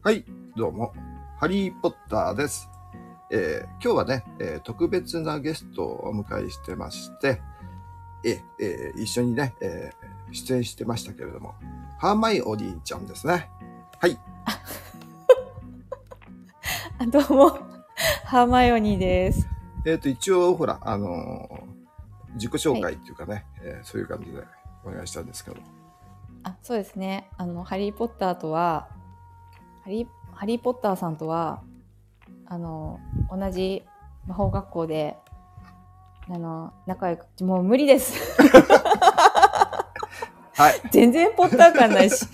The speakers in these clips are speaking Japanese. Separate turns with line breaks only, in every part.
はい、どうも、ハリーポッターです。今日はね、特別なゲストをお迎えしてまして、一緒にね、出演してましたけれども、ハーマイオニーちゃんですね。はい。
どうも、ハーマイオニーです。
一応、ほら、自己紹介っていうかね、そういう感じでお願いしたんですけど。
そうですね。ハリーポッターとは、ハリーポッターさんとは、同じ魔法学校で、仲良く、もう無理です。
はい。
全然ポッター感ないし。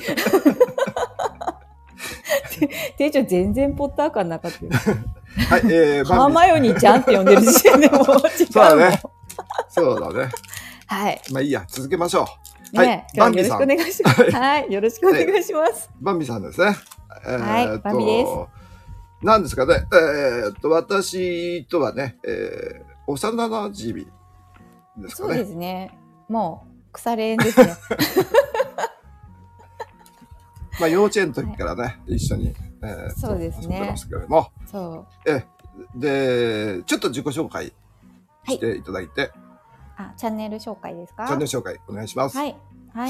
店長全然ポッター感なかったよ。
はい、
ハーマイオニーちゃんって呼んでる時点でもう違うもん。
そうだね。そうだね。
はい。
まあいいや、続けましょう。
ね、
はい、
今日よろしくお願いします。はい、よろしくお願いします。
バンビさんですね。
はい、バンビです。
なんですかね、私とはね、幼馴染ですかね。
そうですね。もう腐れ縁ですね。
まあ幼稚園の時からね、一緒に、
そうですね。
遊んでますけれども。
そう。
で、ちょっと自己紹介していただいて。
チャンネル紹介ですか？
チャンネル紹介お願いします。
はい。はい。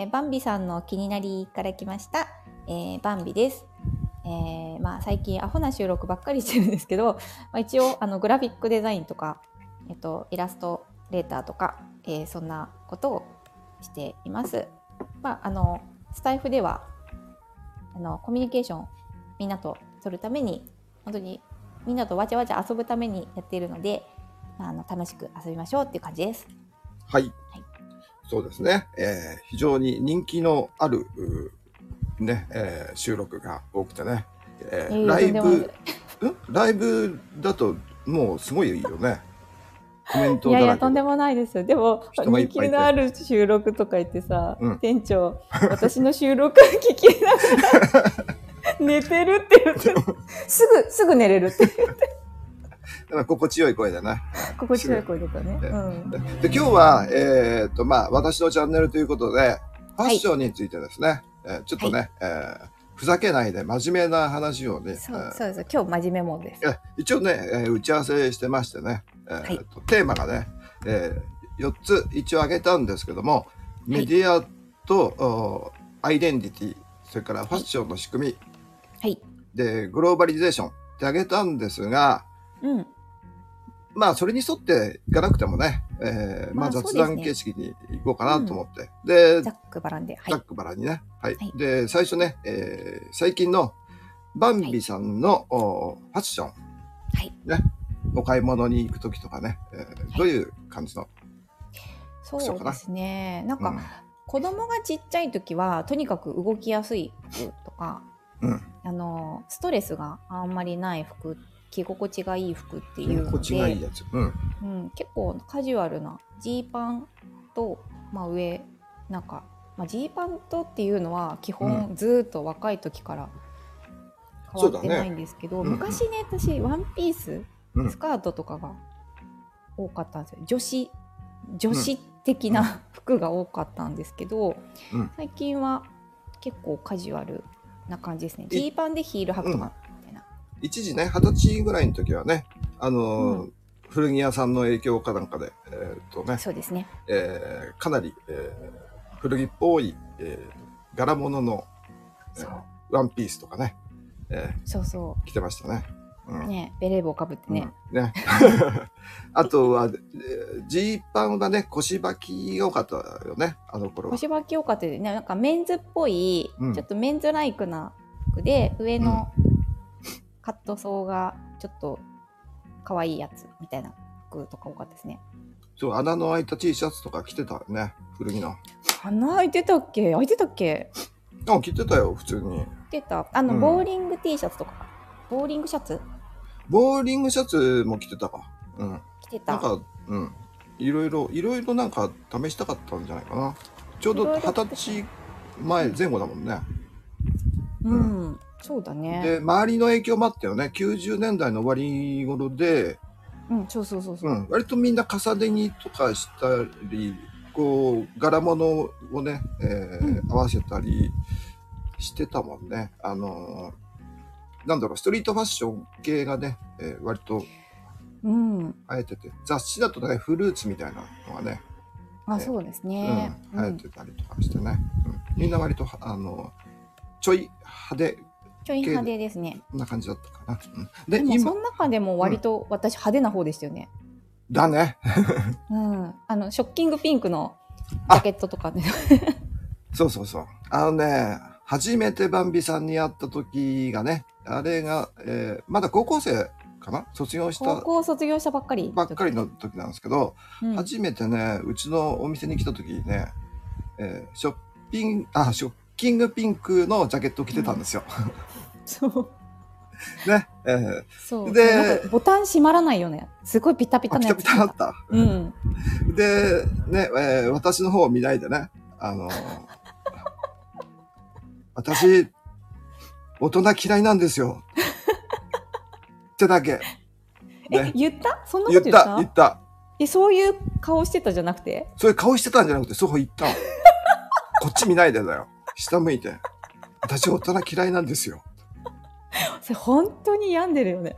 バンビさんの気になりから来ました。バンビです。まあ最近アホな収録ばっかりしてるんですけど、一応グラフィックデザインとか、イラストレーターとか、そんなことをしています。まあスタイフではコミュニケーションみんなと取るために、本当にみんなとわちゃわちゃ遊ぶためにやっているので、楽しく遊びましょうっていう感じです。
はい。はい、そうですね。非常に人気のあるね、収録が多くてね。ライブだともうすごいよね。コメントだらけで。
いやいや、とんでもないですよ。でも人気のある収録とか言ってさ、店長私の収録聞きながら寝てるって言ってすぐ寝れるって言って
心地よい声だな。
心地よい声だったね。
で、今日は、まあ、私のチャンネルということで、ファッションについてですね、ちょっとね、ふざけないで真面目な話をね。
そうです。今日真面目もんです。
一応ね、打ち合わせしてましてね、テーマがね、4つ一応挙げたんですけども、メディアとアイデンティティ、それからファッションの仕組み、で、グローバリゼーションって挙げたんですが、まあ、それに沿っていかなくてもね、まあ雑談形式に行こうかなと思って。で、
ざっくばらんで。
ざっくばらんにね。はい。で、最初ね、最近のバンビさんのファッション。ね。お買い物に行くときとかね、どういう感じの
そうですね。なんか、子供がちっちゃいときは、とにかく動きやすい服とか、ストレスがあんまりない服、着心地がいい服っていうので、結構カジュアルなジーパンと、上なんか、ジーパンとっていうのは基本ずっと若い時から変わってないんですけど、昔ね、私ワンピース、スカートとかが多かったんですよ。女子的な服が多かったんですけど、最近は結構カジュアルな感じですね。ジーパンでヒール履くとか。
一時ね、20歳ぐらいの時はね、古着屋さんの影響かなんかで、
そうですね。
かなり、古着っぽい、柄物の、ワンピースとかね、着てましたね。
ね、ベレー帽かぶってね。
あとは、ジーパンがね、腰履きが多かったよね、あの頃は。
腰履き多かったですね。なんかメンズっぽい、ちょっとメンズライクな服で、上のカットソーがちょっと可愛いやつみたいな服とか多かったですね。
そう、穴の開いた T シャツとか着てたよね、古着の。
穴開いてたっけ？開いてたっけ？
着てたよ、普通に。
着てた。ボーリング T シャツとか。ボーリングシャツ？
ボーリングシャツも着てたか。
着てた。
なんか、いろいろなんか試したかったんじゃないかな。ちょうど20歳前前後だもんね。
そうだね。
で、周りの影響もあったよね。90年代の終わり頃で、
そう。
割とみんな重ね着とかしたり、こう、柄物をね、合わせたりしてたもんね。 なんだろう、ストリートファッション系がね、割と
うん。
流行ってて、雑誌だとね、フルーツみたいなのがね、
あ、そうですね。
流行ってたりとかしてね。みんな割と、ちょい派手。
ちょい派手ですね。
な感じだったかな。
でも、その中でも割と私派手な方でしたよね。
だね。
ショッキングピンクのジャケットとかね。
そうそうそう。初めてバンビさんに会った時がね、あれが、まだ高校生かな、卒業した。
高校卒業したばっかり
の時なんですけど、初めてね、うちのお店に来た時にね、ショッキングピンクのジャケットを着てたんですよ。
そう。
ね。
そう。で、ボタン閉まらないよね。すごいピタピタなやつ。
ピタピタだった。で、ね、私の方を見ないでね、私、大人嫌いなんですよ。ってだけ。
言った？そんなこと言った？そういう顔してたじゃなくて？
そういう顔してたんじゃなくて、そう言ったの。こっち見ないでだよ。下向いて。私大人嫌いなんですよ。
それ本当に病んでるよね。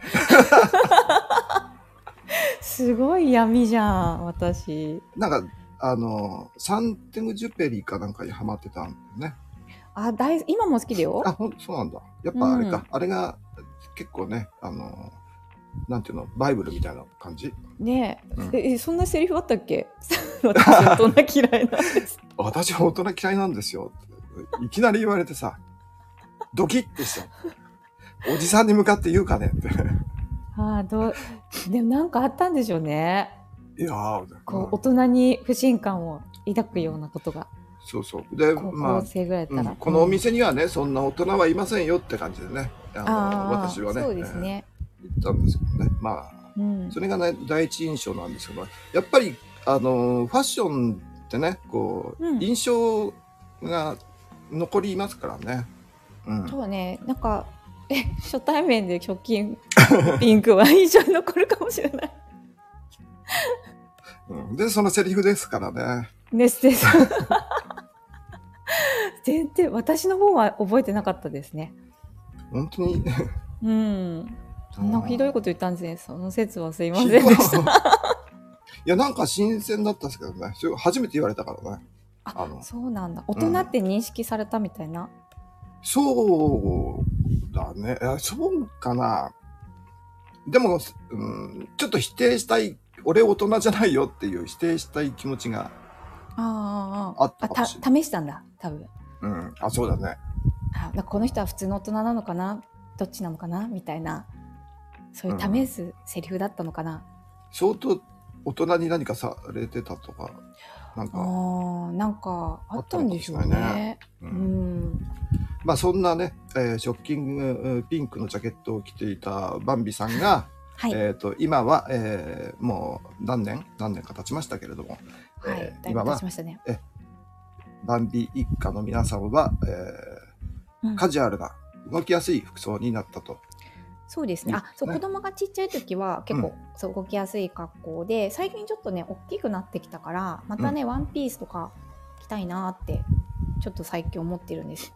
すごい闇じゃん、私。
なんか、サンテグジュペリかなんかにハマってたんだよね。
今も好きだよ。
そうなんだ。やっぱあれか。あれが結構ね、なんていうの、バイブルみたいな感じ
ねえ。そんなセリフあったっけ？私大人嫌いなんです。
私は大人嫌いなんですよ。いきなり言われてさ、ドキッてした。おじさんに向かって言うかねって。
でもなんかあったんでしょうね。
いや
大人に不信感を抱くようなことが。
そうそう。で、
高校生ぐらいだったら、
このお店にはね、そんな大人はいませんよって感じでね、私はね、
そうですね。
言ったんですけどね。それがね、第一印象なんですけど、やっぱり、ファッションってね、印象が残りますからね。
そうね、なんか、初対面でショッキングピンクは印象に残るかもしれない。
で、そのセリフですからね。
全然、私の方は覚えてなかったですね。
本当に
そんなひどいこと言ったんですね。その説はすいませんでした。
いや、なんか新鮮だったんですけどね。初めて言われたからね。
そうなんだ。大人って認識されたみたいな。
そうだね。そうかな。でも、ちょっと否定したい、俺大人じゃないよっていう否定したい気持ちがあったかもしれない。
試したんだ、多分。
そうだね。
この人は普通の大人なのかな、どっちなのかなみたいな、そういう試すセリフだったのかな。
相当大人に何かされてたとか、なん
かあったんでしょうね。
まあそんなね、ショッキングピンクのジャケットを着ていたバンビさんが、今は、もう何年か経ちましたけれども、今は、バンビ一家の皆さんは、カジュアルな動きやすい服装になったと。
そうですね。子供がちっちゃい時は結構、動きやすい格好で、最近ちょっとね大きくなってきたから、またね、ワンピースとか着たいなってちょっと最近思ってるんですよ。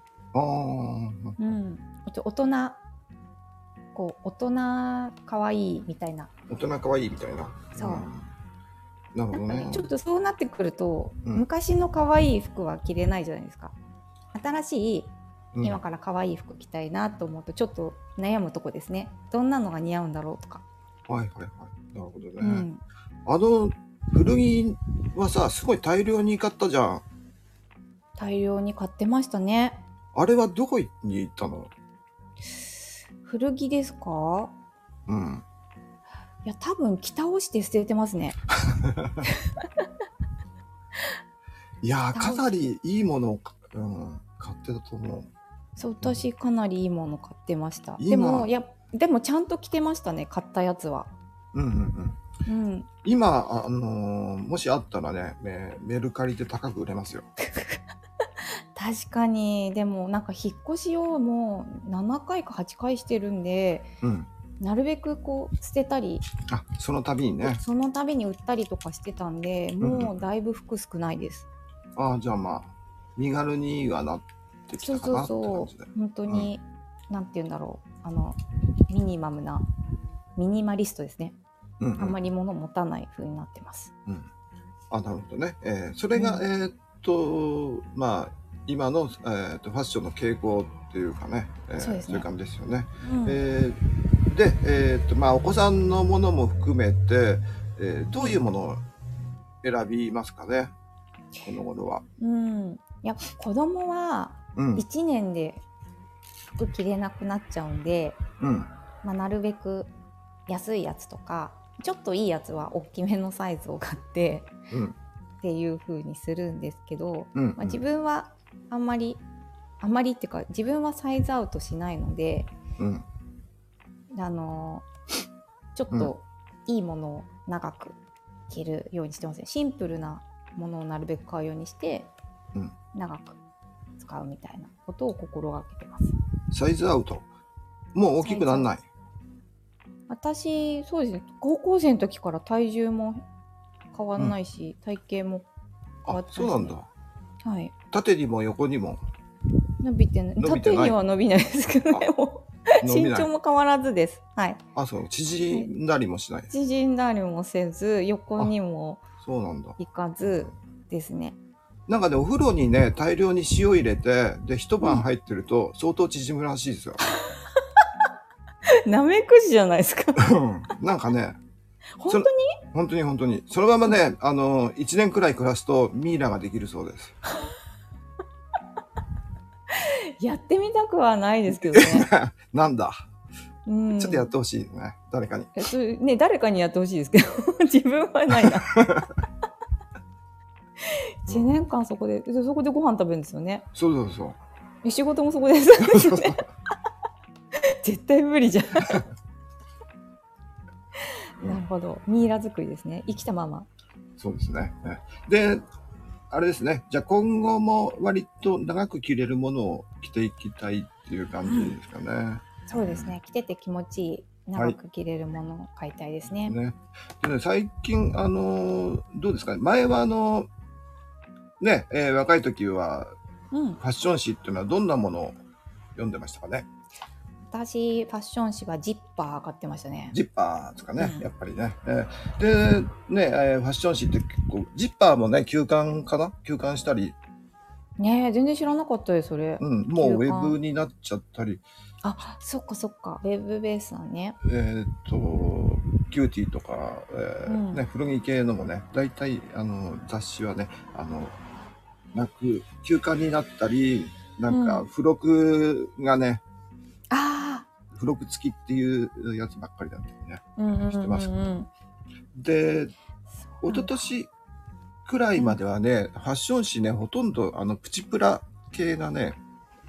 大人大人かわいいみたいな。
大人かわいいみたいな。
そう。
なるほどね。
ちょっとそうなってくると、昔のかわいい服は着れないじゃないですか。新しい今から可愛い服着たいなと思うとちょっと悩むとこですね。どんなのが似合うんだろうとか。
なるほどね。古着はさ、すごい大量に買ったじゃん。
大量に買ってましたね。
あれはどこに行ったの？
古着ですか？いや、多分着倒して捨ててますね。
いや、かなりいいものを、買ってたと思う。
そう、私かなりいいもの買ってました。でもちゃんと着てましたね、買ったやつは。
今もしあったらね、メルカリで高く売れますよ。
確かに。でもなんか引っ越しをもう7回か8回してるんで、なるべく捨てたり、
その度にね、
その度に売ったりとかしてたんで、もうだいぶ服少ないです。
じゃあまあ身軽にはなってきたかなって感じで。
本当に、 なんて言うんだろう、ミニマリストですね。
うんうん、
あんまり物持たない風になってます。
うん、なるほどね。それが、まあ今の、ファッションの傾向っていうかね、そういう感じですよね。で、まあお子さんのものも含めて、どういうものを選びますかね、この頃は。
いや、子供は1年で服着れなくなっちゃうんで、まあ、なるべく安いやつとかちょっといいやつは大きめのサイズを買って、っていう風にするんですけど、まあ、自分はあんまりっていうか自分はサイズアウトしないので、ちょっといいものを長く着るようにしてますね。シンプルなものをなるべく買うようにして、長く使うみたいなことを心がけてます。
サイズアウトもう大きくならない？
私そうですね、高校生の時から体重も変わんないし、体型も変わってますね。
そうなんだ。
はい。
縦にも横にも
伸びてない。縦には伸びないですけどね。身長も変わらずです。はい。
そう、縮んだりもしない。
縮んだりもせず、横にもいかずですね。
なんかね、お風呂にね、大量に塩入れて、で、一晩入ってると相当縮むらしいですよ。
なめくじじゃないですか。
なんかね、
本当に？
本当に。そのままね、1年くらい暮らすとミイラができるそうです。
やってみたくはないですけどね。
なんだ。ちょっとやってほしいね、誰かに。
ね、誰かにやってほしいですけど、自分はないな。1年間そこでご飯食べるんですよね。
そう。
仕事もそこですよね。絶対無理じゃん。なるほど。ミイラ作りですね。生きたまま。
そうですね。で、あれですね。じゃあ今後も割と長く着れるものを着ていきたいっていう感じですかね。
そうですね。着てて気持ちいい、長く着れるものを買いたいですね。
でね、最近、どうですかね。前はね、若い時は、ファッション誌っていうのはどんなものを読んでましたかね。
私、ファッション誌はジッパー買ってましたね。
ジッパーですかね、やっぱりね。で、ね、ファッション誌って結構、ジッパーもね、休刊したり。
ねえ、全然知らなかったです、それ。
もうウェブになっちゃったり。
そっか。ウェブベースなんね。
キューティーとか、ね、古着系のもね、大体、雑誌はね、休刊になったり、なんか、付録がね、付録付きっていうやつばっかりだったりね、してます。で、一昨年くらいまではね、ファッション誌ね、ほとんどプチプラ系がね、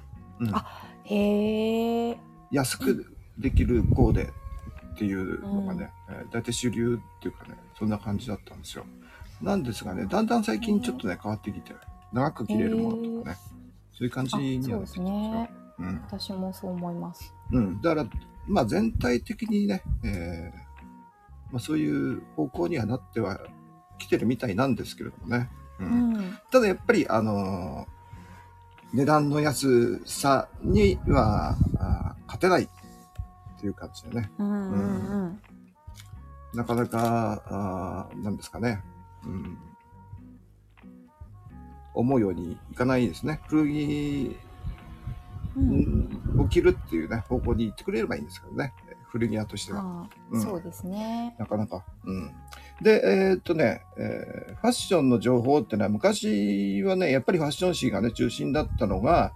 へえ。
安くできるコーデっていうのがね、大体主流っていうかね、そんな感じだったんですよ。なんですがね、だんだん最近ちょっとね、変わってきて、長く着れるものとかね、そういう感じになってきてますよ。
私もそう思います。
だから、まあ全体的にね、まあそういう方向にはなってはきてるみたいなんですけれどもね。ただやっぱり、値段の安さには勝てないっていう感じでね。なかなか、なんですかね。思うようにいかないですね。古着を着るっていうね、方向に行ってくれればいいんですけどね。古着屋としては。
そうですね。
なかなか。で、ファッションの情報ってのは昔はね、やっぱりファッション誌がね、中心だったのが、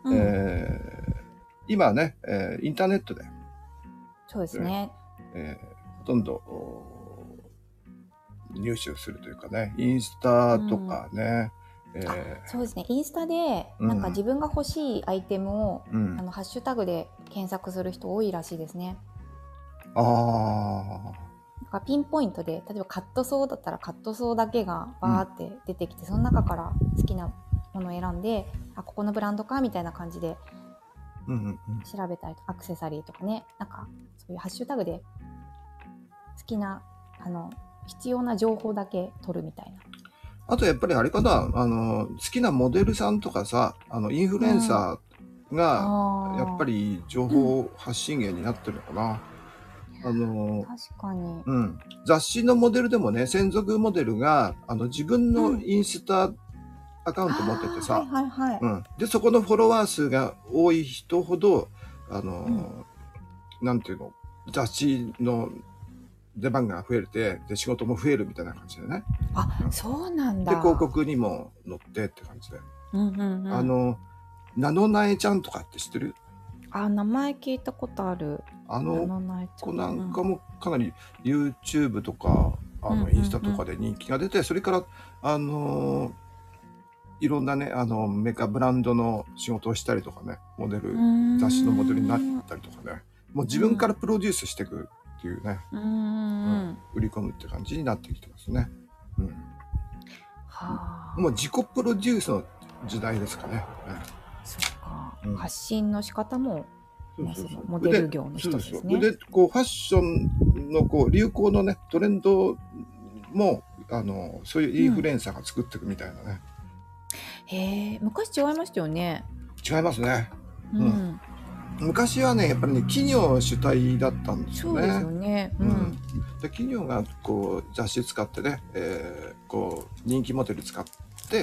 今はね、インターネットで。
そうですね。
ほとんど入手するというかね、インスタとかね。
そうですね。インスタでなんか自分が欲しいアイテムを、ハッシュタグで検索する人多いらしいですね。なんかピンポイントで、例えばカットソーだったらカットソーだけがバーって出てきて、その中から好きなものを選んで、ここのブランドかみたいな感じで調べたり、アクセサリーとかね、なんかそういうハッシュタグで好きな必要な情報だけ取るみたいな。
あとやっぱりあれかな、好きなモデルさんとかさ、インフルエンサーが、やっぱ
り、
り情報発信源になってるのかな。
確かに。
雑誌のモデルでもね、専属モデルが、自分のインスタアカウント持っててさ、で、そこのフォロワー数が多い人ほど、なんていうの、雑誌の出番が増えて、で、仕事も増えるみたいな感じでね。
そうなんだ。
で、広告にも載ってって感じで。ナノナエちゃんとかって知ってる？
名前聞いたことある。
子なんかもかなり YouTube とか、インスタとかで人気が出て、それから、いろんなね、メーカーブランドの仕事をしたりとかね、雑誌のモデルになったりとかね、もう自分からプロデュースしていくっていうね、売り込むって感じになってきてますね。もう自己プロデュースの時代ですかね。
そっか、発信の仕方もモデル業の人ですね。
で、こうファッションのこう流行のねトレンドもそういうインフルエンサーが作っていくみたいなね。
へえ、昔違いましたよね。
違いますね。昔はねやっぱりね企業主体だったんですよね。
そうですよね。
で企業がこう雑誌使ってね、こう人気モデル使って、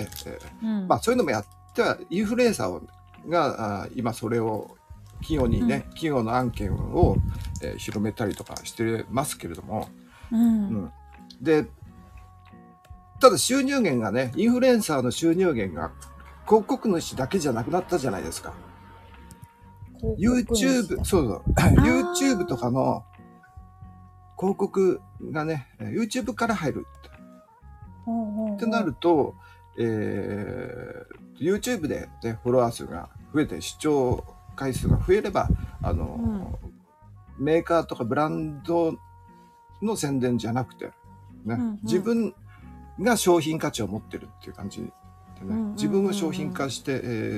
まあそういうのもやってはインフルエンサーが今それを企業にね、企業の案件を、広めたりとかしてますけれども、でただ収入源がねインフルエンサーの収入源が広告主だけじゃなくなったじゃないですか。YouTube、YouTube とかの広告がね、YouTube から入るってなると、YouTube で、ね、フォロワー数が増えて視聴回数が増えれば、メーカーとかブランドの宣伝じゃなくて、ね、自分が商品価値を持ってるっていう感じでね、自分を商品化して、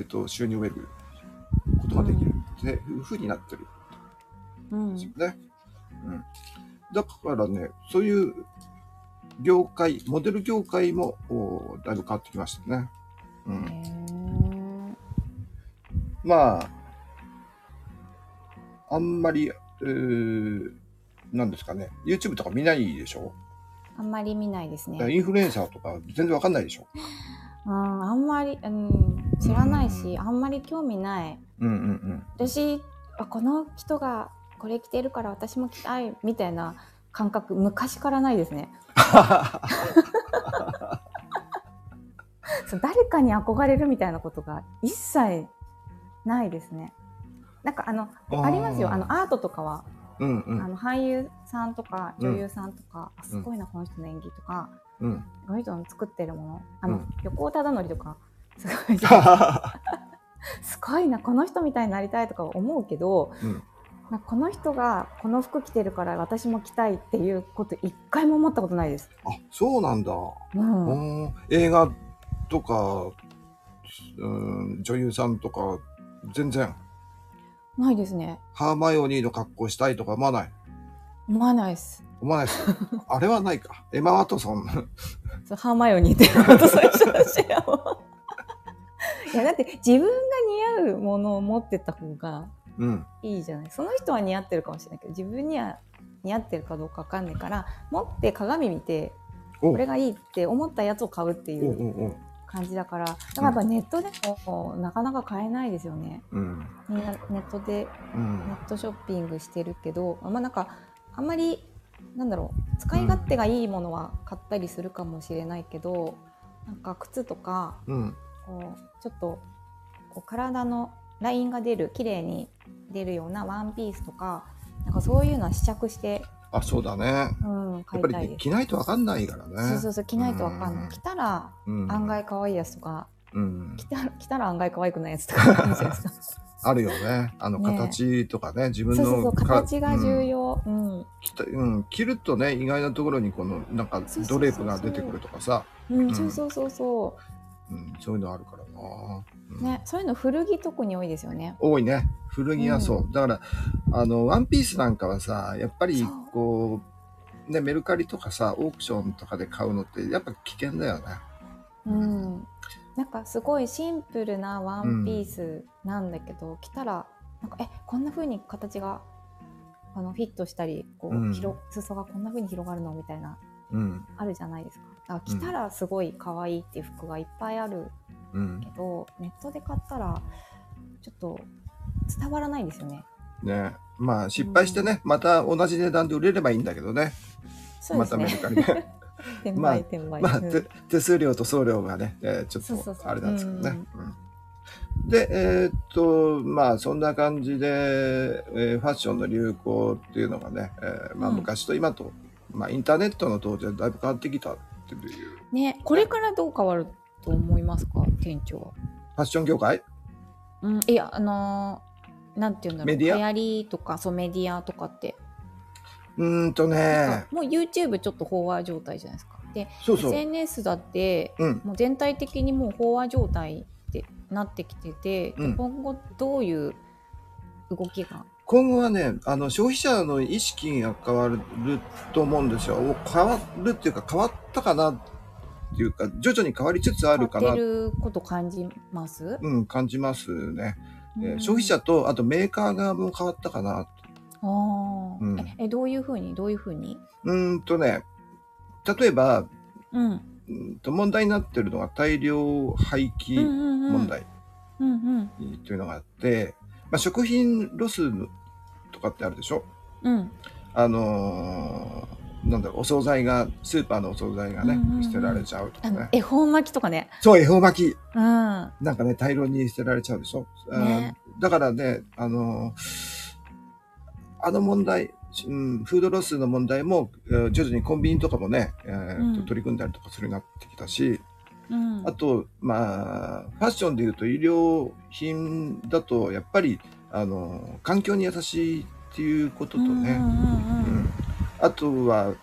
収入を得ることができるっていう風になってるんですよね。だからね、そういう業界、モデル業界もだいぶ変わってきましたね。まあ、あんまり、なんですかね、YouTube とか見ないでしょ？
あんまり見ないですね。
インフルエンサーとか全然わかんないでしょ？
あんまり、知らないし、あんまり興味ない。私、この人がこれ着てるから私も着たいみたいな感覚、昔からないですね。誰かに憧れるみたいなことが一切ないですね。なんかありますよ。アートとかは、俳優さんとか女優さんとか、すごいなこの人の演技とか、この人の作ってるもの、横尾忠則とかすごいすごいなこの人みたいになりたいとか思うけど、この人がこの服着てるから私も着たいっていうこと一回も思ったことないです。
あ、そうなんだ。映画とか、女優さんとか全然
ないですね。
ハーマイオニーの格好したいとか思わない？
思わないです。
思わないです。あれはないか。エマ・ワトソン。
ハーマイオニーってこと最初だし。いやだって自分が似合うものを持ってた方がいいじゃない。その人は似合ってるかもしれないけど自分には似合ってるかどうかわかんないから持って鏡見てこれがいいって思ったやつを買うっていう感じだから、だからやっぱネットでもなかなか買えないですよね。みんなネットでネットショッピングしてるけど、なんかあんまりなんだろう使い勝手がいいものは買ったりするかもしれないけど、なんか靴とか、こうちょっとこう体のラインが出る綺麗に出るようなワンピースとか、なんかそういうのは試着して
そうだね。やっぱり着ないと分かんないからね。
そう着ないと分かんない。着たら案外可愛いやつとか、着たら案外可愛くないやつとかあるじゃないですか。
あるよね。形とかね、自分の
形が重要。
着るとね、意外なところにこのなんかドレープが出てくるとかさ。そういうのあるから
な。そういうの古着特に多いですよね。
多いね。古着はそう。だからワンピースなんかはさ、やっぱりこうね、メルカリとかさ、オークションとかで買うのってやっぱ危険だよね。
なんかすごいシンプルなワンピースなんだけど、着たらなんかこんな風に形がフィットしたりこう、裾がこんな風に広がるのみたいな、あるじゃないですか。だから着たらすごい可愛いっていう服がいっぱいあるけど、ネットで買ったらちょっと伝わらないんですよね。
ね、まあ失敗してね、また同じ値段で売れればいいんだけどね。
そうですね。
またメルカリで。
転売。
まあ、手数料と送料がね、ちょっとあれなんですけどね。で、まあそんな感じで、ファッションの流行っていうのがね、まあ昔と今と、まあインターネットの登場でだいぶ変わってきたっていう。
ね、これからどう変わると思いますか、店長は。
ファッション業界？
いや、なんていうんだろう、流行りとか、メディアとかって。
ね、もう
YouTube ちょっと飽和状態じゃないですか。で、
そうそう
SNS だって、もう全体的にもう飽和状態ってなってきてて、今後どういう動きが？
今後はね、消費者の意識が変わると思うんですよ。変わるっていうか、変わったかなっていうか、徐々に変わりつつあるかな。
変わってること感じます？
感じますね。消費者と、あとメーカー側も変わったかな。
どういうふうに
例えば、問題になってるのが大量廃棄問題というのがあって、まあ、食品ロスとかってあるでしょ。なんだろう、お惣菜が、スーパーのお惣菜がね、捨てられちゃうとかね。
恵方巻きとかね。
そう、恵方巻き。なんかね、大量に捨てられちゃうでしょ。だからね、問題、フードロスの問題も、徐々にコンビニとかもね、取り組んだりとかするようになってきたし、あと、まあ、ファッションでいうと、衣料品だと、やっぱり、環境に優しいっていうこととね、あとは、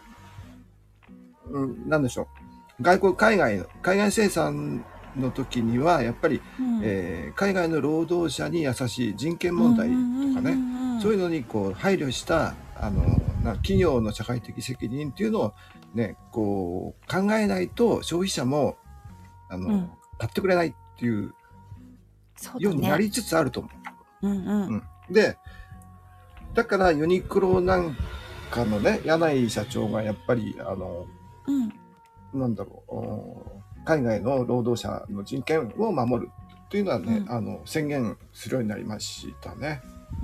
なんでしょう。海外生産の時には、やっぱり、海外の労働者に優しい人権問題とかね、そういうのにこう配慮した、企業の社会的責任っていうのをね、こう考えないと消費者も、買ってくれないっていうようになりつつあると思う。で、だからユニクロなんかのね、柳井社長がやっぱり、なんだろう、海外の労働者の人権を守るっていうのはね、宣言するようになりましたね。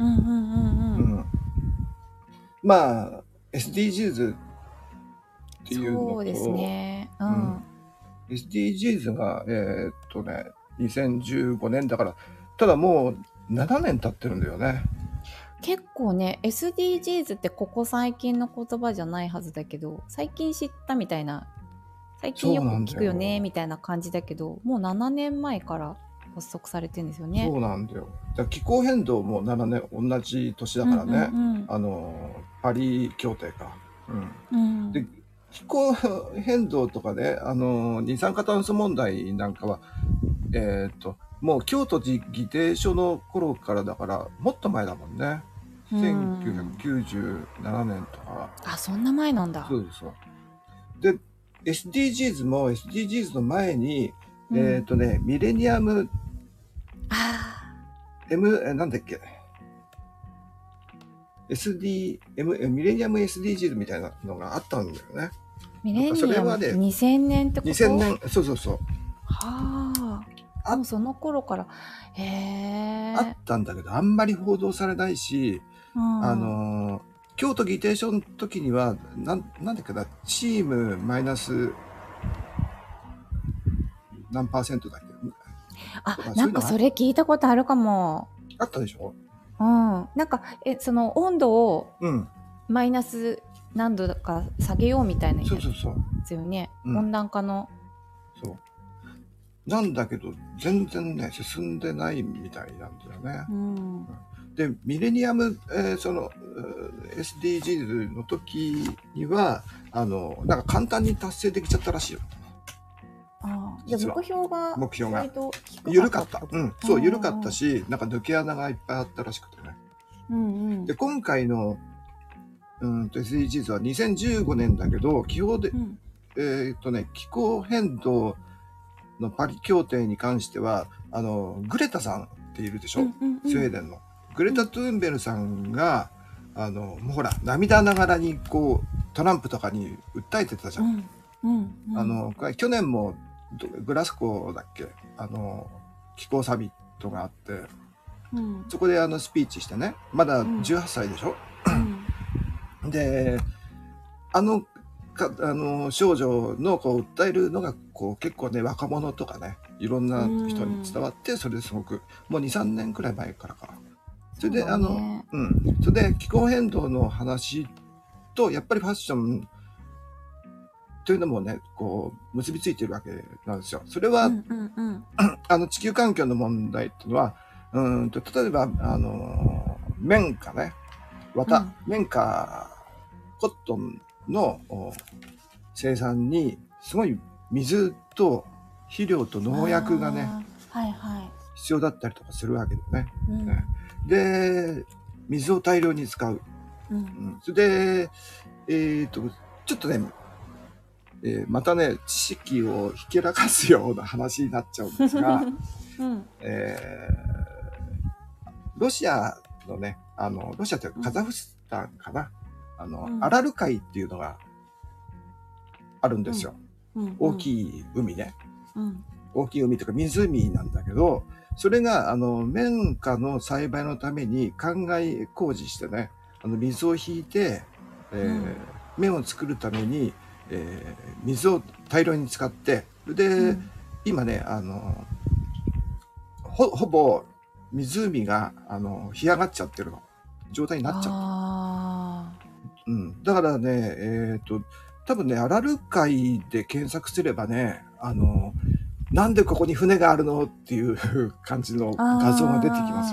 まあ、SDGs っていうのと、
そうですね。
SDGs が、2015年だから、ただもう7年経ってるんだよね。
結構ね、SDGs ってここ最近の言葉じゃないはずだけど、最近知ったみたいな、最近よく聞くよねみたいな感じだけど、もう7年前から発足されてるんですよね。
そうなんだよ。気候変動も7年、同じ年だからね。パリ協定か。で、気候変動とかね、二酸化炭素問題なんかは、もう京都議定書の頃からだから、もっと前だもんね。1997年とか。
あ、そんな前なんだ。
そうそう。で、SDGs も SDGs の前に、ミレニアム、なんだっけ。ミレニアム SDGs みたいなのがあったんだよね。
ミレニアム2000年ってこと？
2000 年、そうそうそう。
はあ。もうその頃から、
あったんだけど、あんまり報道されないし、京都議定書の時には、なんだっけな、チームマイナス何%だっけ。
なんかそれ聞いたことあるかも。
あったでしょ？
なんかその温度をマイナス何度か下げようみたいなやつですよね。温暖化の。
そう。なんだけど全然ね進んでないみたいなんだよね。でミレニアム、SDGs の時にはなんか簡単に達成できちゃったらしいよ。
じゃあ目標が
緩かった。そう、緩かったし、なんか抜け穴がいっぱいあったらしくてね。で、今回の、SDGs は2015年だけど、気候変動のパリ協定に関しては、グレタさんっているでしょ、スウェーデンの。グレタ・トゥーンベルさんが、もうほら、涙ながらにこう、トランプとかに訴えてたじゃん。去年もグラスゴーだっけ、気候サミットがあって、そこでスピーチしてね、まだ18歳でしょ、で、少女のこう訴えるのがこう結構ね、若者とかね、いろんな人に伝わって、それですごく、もう2、3年くらい前からか。それで、それで気候変動の話と、やっぱりファッションというのもね、こう、結びついてるわけなんですよ。それは、地球環境の問題っていうのは、例えば、綿花ね、綿花、コットンの生産に、すごい水と肥料と農薬がね、必要だったりとかするわけだよね。で、水を大量に使う。それで、ちょっとね、またね、知識をひけらかすような話になっちゃうんですが、ロシアのね、ロシアってカザフスタンかな、アラル海っていうのがあるんですよ。大きい海ね。大きい海というか湖なんだけど、それが、綿花の栽培のために灌漑工事してね、水を引いて、綿を作るために、水を大量に使って、で、今ね、ほぼ湖が、干上がっちゃってるの状態になっちゃってる。だからね、多分ね、アラル海で検索すればね、なんでここに船があるのっていう感じの画像が出てきます。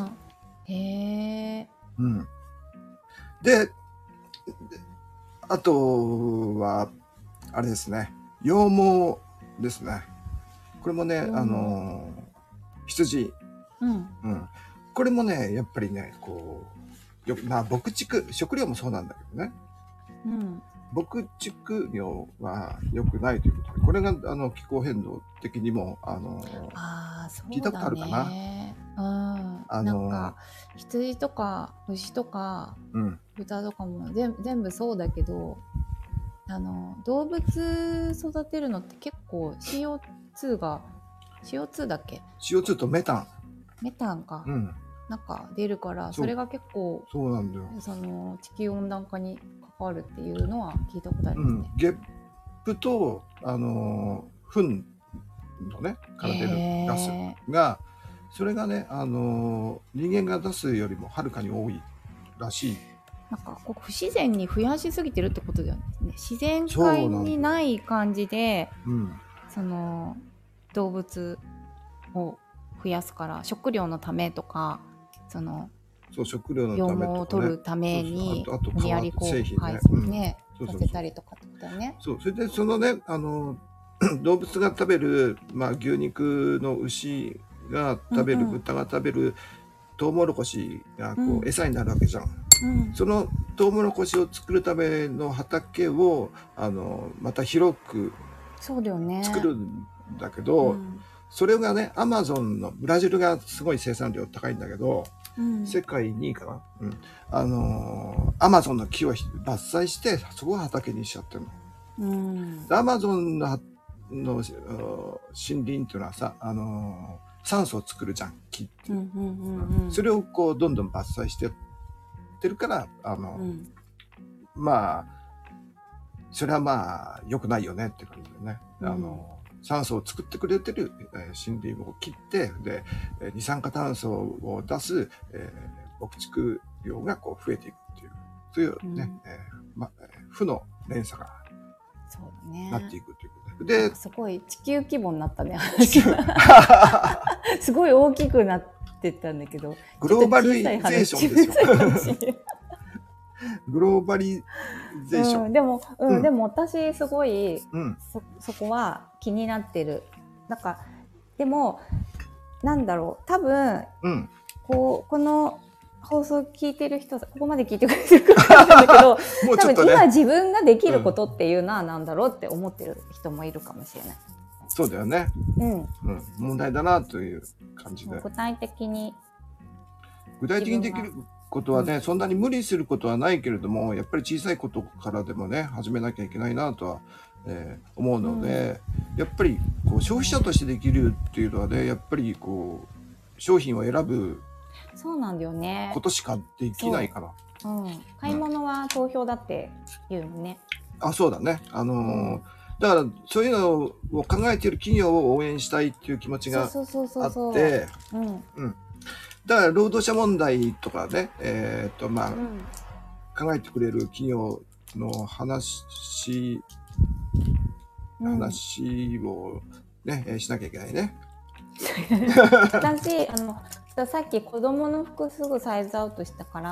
で、あとは、あれですね、羊毛ですね。これもね、羊。これもね、やっぱりね、こう、牧畜、食料もそうなんだけどね。牧畜業は良くないということで、これが気候変動的にも聞いたことあるかな。
なんか羊とか牛とか豚とかも全部そうだけど、動物育てるのって結構 CO2 だっけ？
CO2 とメタン
か、なんか出るから、それが結構
そうなんだよ。
地球温暖化に関わるっていうのは聞いたことありますね。
ゲップと糞のねから出るガスが、それがね人間が出すよりもはるかに多いらしい。
なんかこう不自然に増やしすぎてるってことだよね。自然界にない感じで、その動物を増やすから、食料のためとか、
食料のためとか、ね、
羊毛を取るために無理やりこう
製品
ねさせたりとかってことだよね。
それでそのね動物が食べる、牛肉の牛が食べる、豚が食べるトウモロコシがこう、餌になるわけじゃん。そのトウモロコシを作るための畑をまた広く作るんだけど、それがね、アマゾンのブラジルがすごい生産量高いんだけど、世界2位かな、アマゾンの木を伐採してそこを畑にしちゃってるの。アマゾンの森林っていうのはさ、酸素を作るじゃん、木って。それをこうどんどん伐採してってるから、それは良くないよねって感じでね。酸素を作ってくれてる、森林を切って、で、二酸化炭素を出す、牧畜量がこう増えていくっていう、そういうね、負の連鎖がなっていくということで。
すごい地球規模になったね、話が。すごい大きくなってったんだけど。
グローバリゼーションですよ。グローバリゼーション。
でも私すごい、そこは気になってる。なんかでもなんだろう、多分、この放送聞いてる人、ここまで聞いてくれてるかなんだけど、多分今自分ができることっていうのはなんだろうって思ってる人もいるかもしれない。
そうだよね。問題だなという感じで。
具体的に
できることはね、そんなに無理することはないけれども、やっぱり小さいことからでもね、始めなきゃいけないなとは、思うので、やっぱりこう消費者としてできるっていうのはね、やっぱりこう商品を選ぶ
そうなんだよね。
ことしかできないかな。
買い物は投票だって言うのね。
そうだね。だからそういうのを考えている企業を応援したいっていう気持ちがあって、だから労働者問題とかね、考えてくれる企業の話をね、しなきゃいけないね。
私さっき子供の服すぐサイズアウトしちゃうから、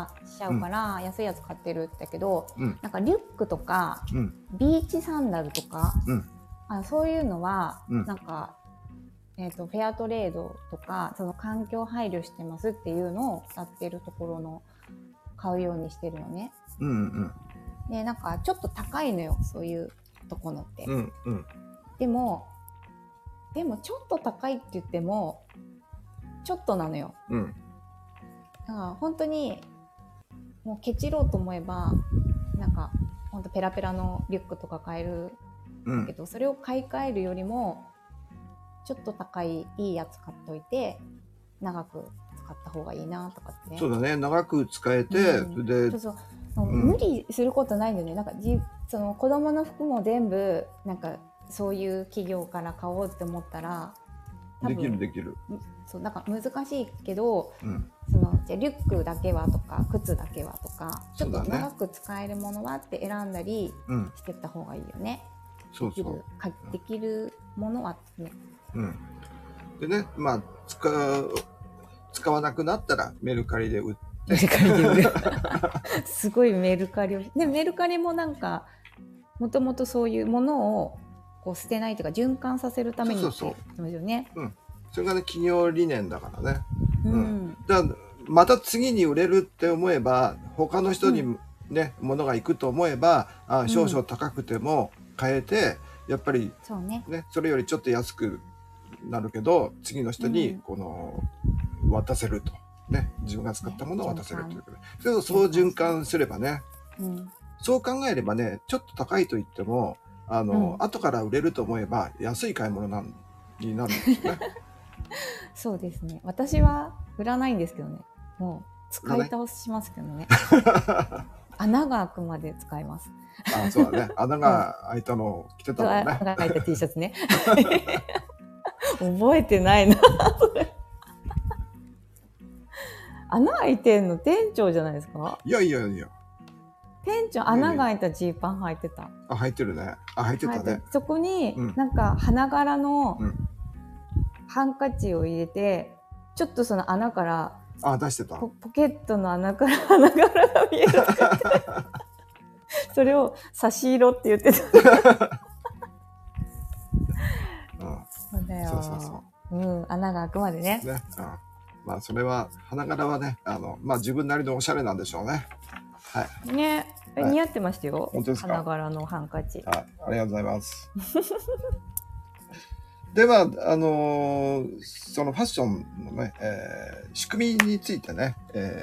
安いやつ買ってるってけど、なんかリュックとか、ビーチサンダルとか、そういうのは、なんかフェアトレードとかその環境配慮してますっていうのをやってるところの買うようにしてるのね。でなんかちょっと高いのよ、そういうところって。でもちょっと高いって言ってもちょっとなのよ。だから本当にもうケチろうと思えばなんか本当ペラペラのリュックとか買えるんだけど、それを買い替えるよりもちょっと高いいいやつ買っといて長く使った方がいいなとかってね。
そうだね、長く使えて、
無理することないんだよね。なんかその子供の服も全部なんかそういう企業から買おうって思ったら
できる。
そうなんか難しいけど、そのじゃリュックだけはとか靴だけはとかちょっと長く使えるものはって選んだりしてった方がいいよね。できるものはね。
でね、使わなくなったらメルカリで売って。
メルカリで売る。すごいメルカリを。でメルカリもなんかもともとそういうものをこう捨てないというか循環させるためにって言ってますよね。
それがね企業理念だからね。だからまた次に売れるって思えば他の人にね、物が行くと思えば少々高くても買えて、やっぱりそれよりちょっと安くなるけど次の人にこの渡せるとね、自分が使ったものを渡せるということで、それをそう循環すればね、そう考えればね、ちょっと高いと言っても後から売れると思えば安い買い物になるんですよね。
そうですね。私は売らないんですけどね。もう使い倒しますけどね。穴が開くまで使います。
そうだね。穴が開いたのを着てたもんね。
穴が開いた T シャツね。覚えてないな。穴開いてんの店長じゃないですか？
いや。
店長穴が開いたジーパン履いてた。
履いてるね。履いてたね。
そこになんか花柄のハンカチを入れて、ちょっとその穴から
出してた。
ポケットの穴から花柄が見えるって言ってそれを差し色って言ってた。そうだよ。穴が開くまでね。
それは花柄はね、自分なりのおしゃれなんでしょうね。はい。
ね、似合ってましたよ。
本当ですか？
花柄のハンカチ。
ありがとうございます。では、そのファッションのね、仕組みについてね、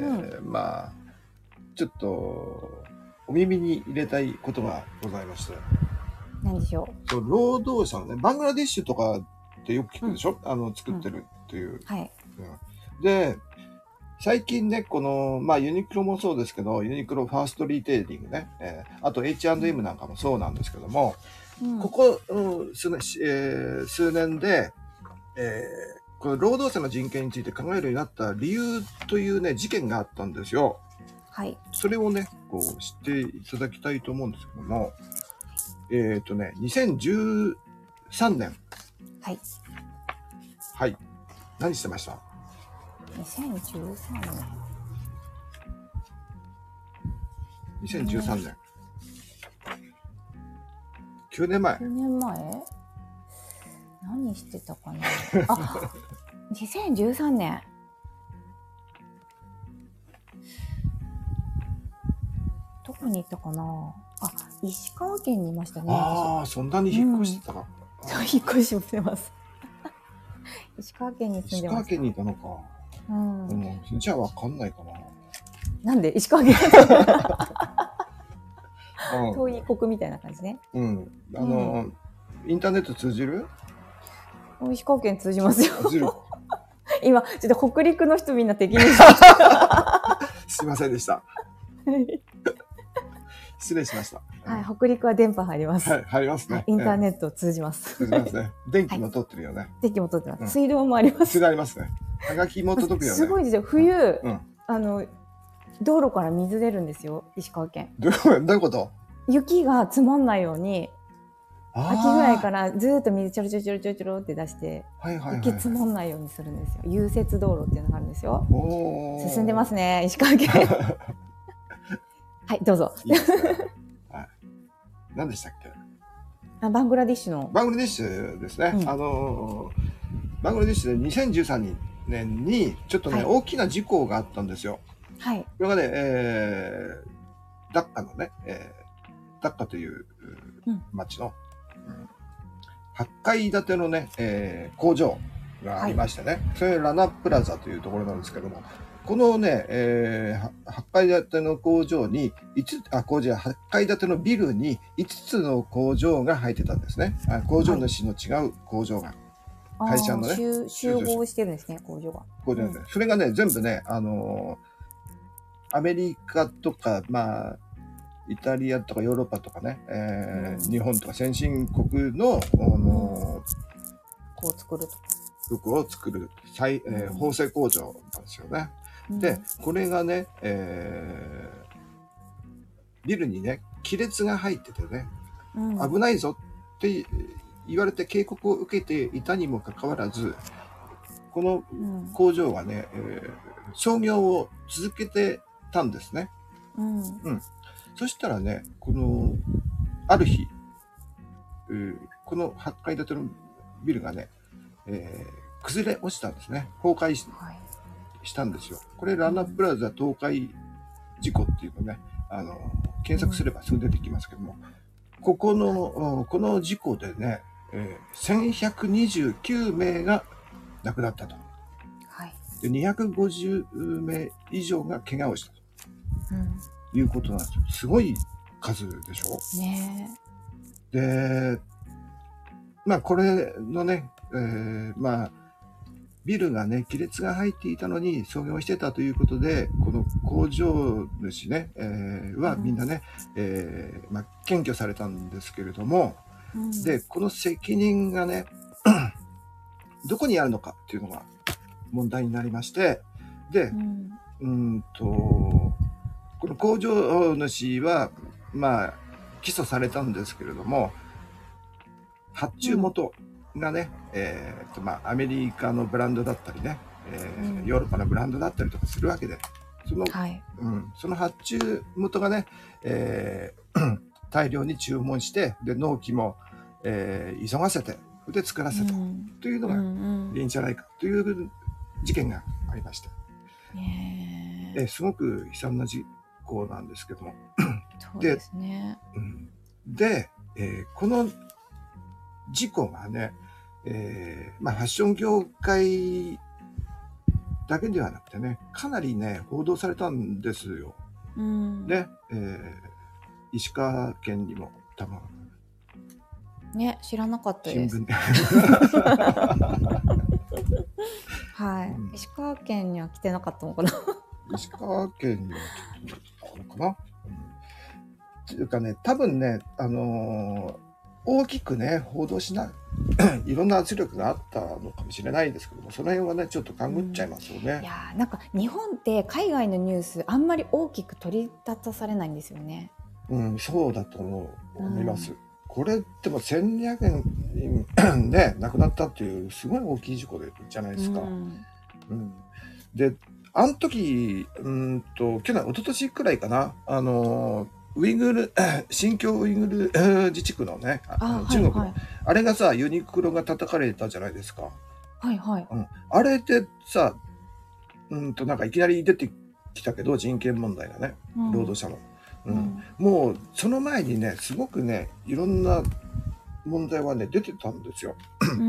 ちょっとお耳に入れたいことがございまして。
何でしょう？
労働者のね、バングラディッシュとかってよく聞くでしょ？作ってるっていう。
はい。
で、最近ね、この、ユニクロもそうですけど、ユニクロファーストリテイリングね、あと H&M なんかもそうなんですけども、ここ、数年で、この労働者の人権について考えるようになった理由というね、事件があったんですよ。
はい。
それをね、こう知っていただきたいと思うんですけども、2013年。
はい。
はい。何してました？
2013年。
2013年。9年前。
9年前？何してたかな。2013年。どこに行ったかな。石川県にいましたね。
そんなに引っ越してたか。
引っ越ししてます。石川県に住ん
石
でます。
川県にいたのか。じゃあわかんないかな。
なんで石川県遠い国みたいな感じね。
インターネット通じる？
石川県通じますよ。
通じる。
今、ちょっと北陸の人みんな敵にして
すいませんでした。失礼しました。
はい、北陸は電波入ります。
はい、入りますね。
インターネット通じます。
通じますね。電気も通ってるよね。
電気も通ってます。水道もあります。
水道ありますね。はがきも届くよね。
すごいですよ。冬、道路から水出るんですよ、石川県。
どういうこと？
雪が積もんないように、秋ぐらいからずっと水ちょろちょろちょろちょろちょろって出して、雪積もんないようにするんですよ。融雪道路っていうのがあるんですよ。進んでますね、石川県。はい、どうぞ。
いいですね。はい。何でしたっけ？
バングラディッシュの。
バングラディッシュですね。バングラディッシュで2013年にちょっとね、大きな事故があったんですよ。
はい。
これがね、ダッカのね、ダッカという町の、8階建てのね、工場がありましてね、それラナプラザというところなんですけども、このね、8階建ての工場に8階建てのビルに5つの工場が入ってたんですね。工場主の違う工場が。会社のね。
集合してるんですね、工場が。
工場で。それがね、全部ね、アメリカとか、イタリアとかヨーロッパとかね、日本とか先進国の、
こう作ると。
服を作る縫製工場なんですよね。で、これがね、ビルにね、亀裂が入っててね、危ないぞって言われて警告を受けていたにもかかわらず、この工場はね、操業を続けてたんですね。そしたらね、ある日、この8階建てのビルがね、崩れ落ちたんですね。崩壊したんですよ。これ、ラナプラザ倒壊事故っていうのね、検索すればすぐ出てきますけども、この事故でね、1129名が亡くなったと。で、250名以上が怪我をしたということなんですよ。すごい数でしょ？
ね。
で、これのね、ビルがね、亀裂が入っていたのに操業してたということで、この工場主ね、はみんなね、検挙されたんですけれども、で、この責任がね、どこにあるのかっていうのが問題になりまして、で、この工場主は、起訴されたんですけれども、発注元がね、アメリカのブランドだったりね、ヨーロッパのブランドだったりとかするわけで、その発注元がね、大量に注文して、で、納期も、急がせて、で作らせたというのが原因じゃないかという事件がありまして、すごく悲惨な事故なんですけども。
そうですね。
で、この事故がね、ファッション業界だけではなくてね、かなりね、報道されたんですよ。で、石川県にも多分。
ね、知らなかったです。はい、石川県には来てなかったのかな。
石川県には来てたのかな。っていうかね、多分ね、大きくね、報道しいろんな圧力があったのかもしれないですけども、その辺はね、ちょっと勘ぐっちゃいますよね。
いやなんか日本って海外のニュースあんまり大きく取り立たされないんですよね。
そうだと思います。これでも1200人ね、亡くなったっていうすごい大きい事故じゃないですか。で、あの時、去年、一昨年くらいかな、新疆ウイグル自治区のね、中国の、あれがさ、ユニクロが叩かれたじゃないですか。あれでさ、なんかいきなり出てきたけど、人権問題がね、労働者の。もう、その前にね、すごくね、いろんな問題はね、出てたんですよ。
うん、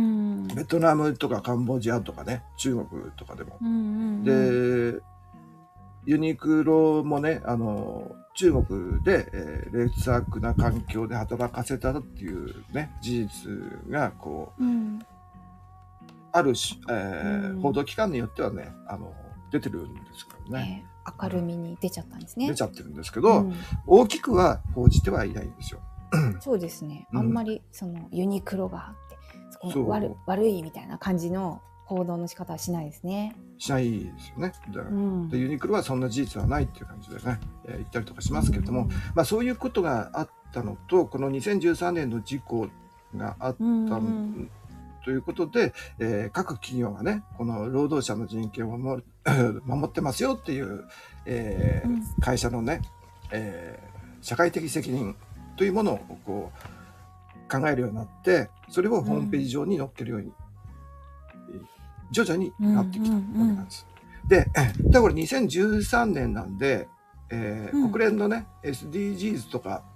ベトナムとかカンボジアとかね、中国とかでも。
うんうん
で、ユニクロもね、中国で、劣悪な環境で働かせたっていうね、事実が、こう、あるし、報道機関によってはね、出てるんですけどね。
明るみに出ちゃったんですね。
出ちゃってるんですけど、大きくは報じてはいないんですよ。
そうですね。あんまり、ユニクロがあって、そこ悪いみたいな感じの報道の仕方はしないですね。
しないですよね。でユニクロはそんな事実はないっていう感じでね、言ったりとかしますけれども、まあそういうことがあったのと、この2013年の事故があったということで、各企業がね、この労働者の人権を守ってますよっていう、会社のね、社会的責任というものをこう考えるようになって、それをホームページ上に載っけるように、徐々になってきたわけなんです。で、これ2013年なんで、国連のね、SDGs とか、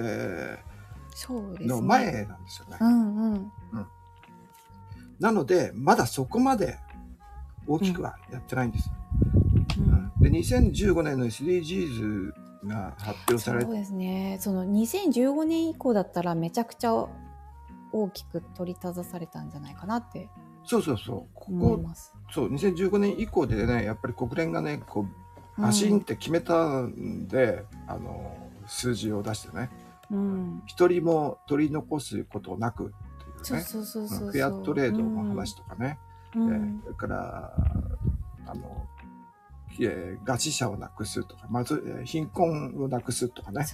の前なんですよね。なので、まだそこまで大きくはやってないんです。で、2015年の SDGs が発表されて、
そうですね。その2015年以降だったらめちゃくちゃ大きく取り立たされたんじゃないかなって。
そう。そう、2015年以降でね、やっぱり国連がね、こう、バシンって決めたんで、数字を出してね、一人も取り残すことなくっていうね、フェアトレードの話とかね、それから、餓死者をなくすとか、まず、貧困をなくすとかね、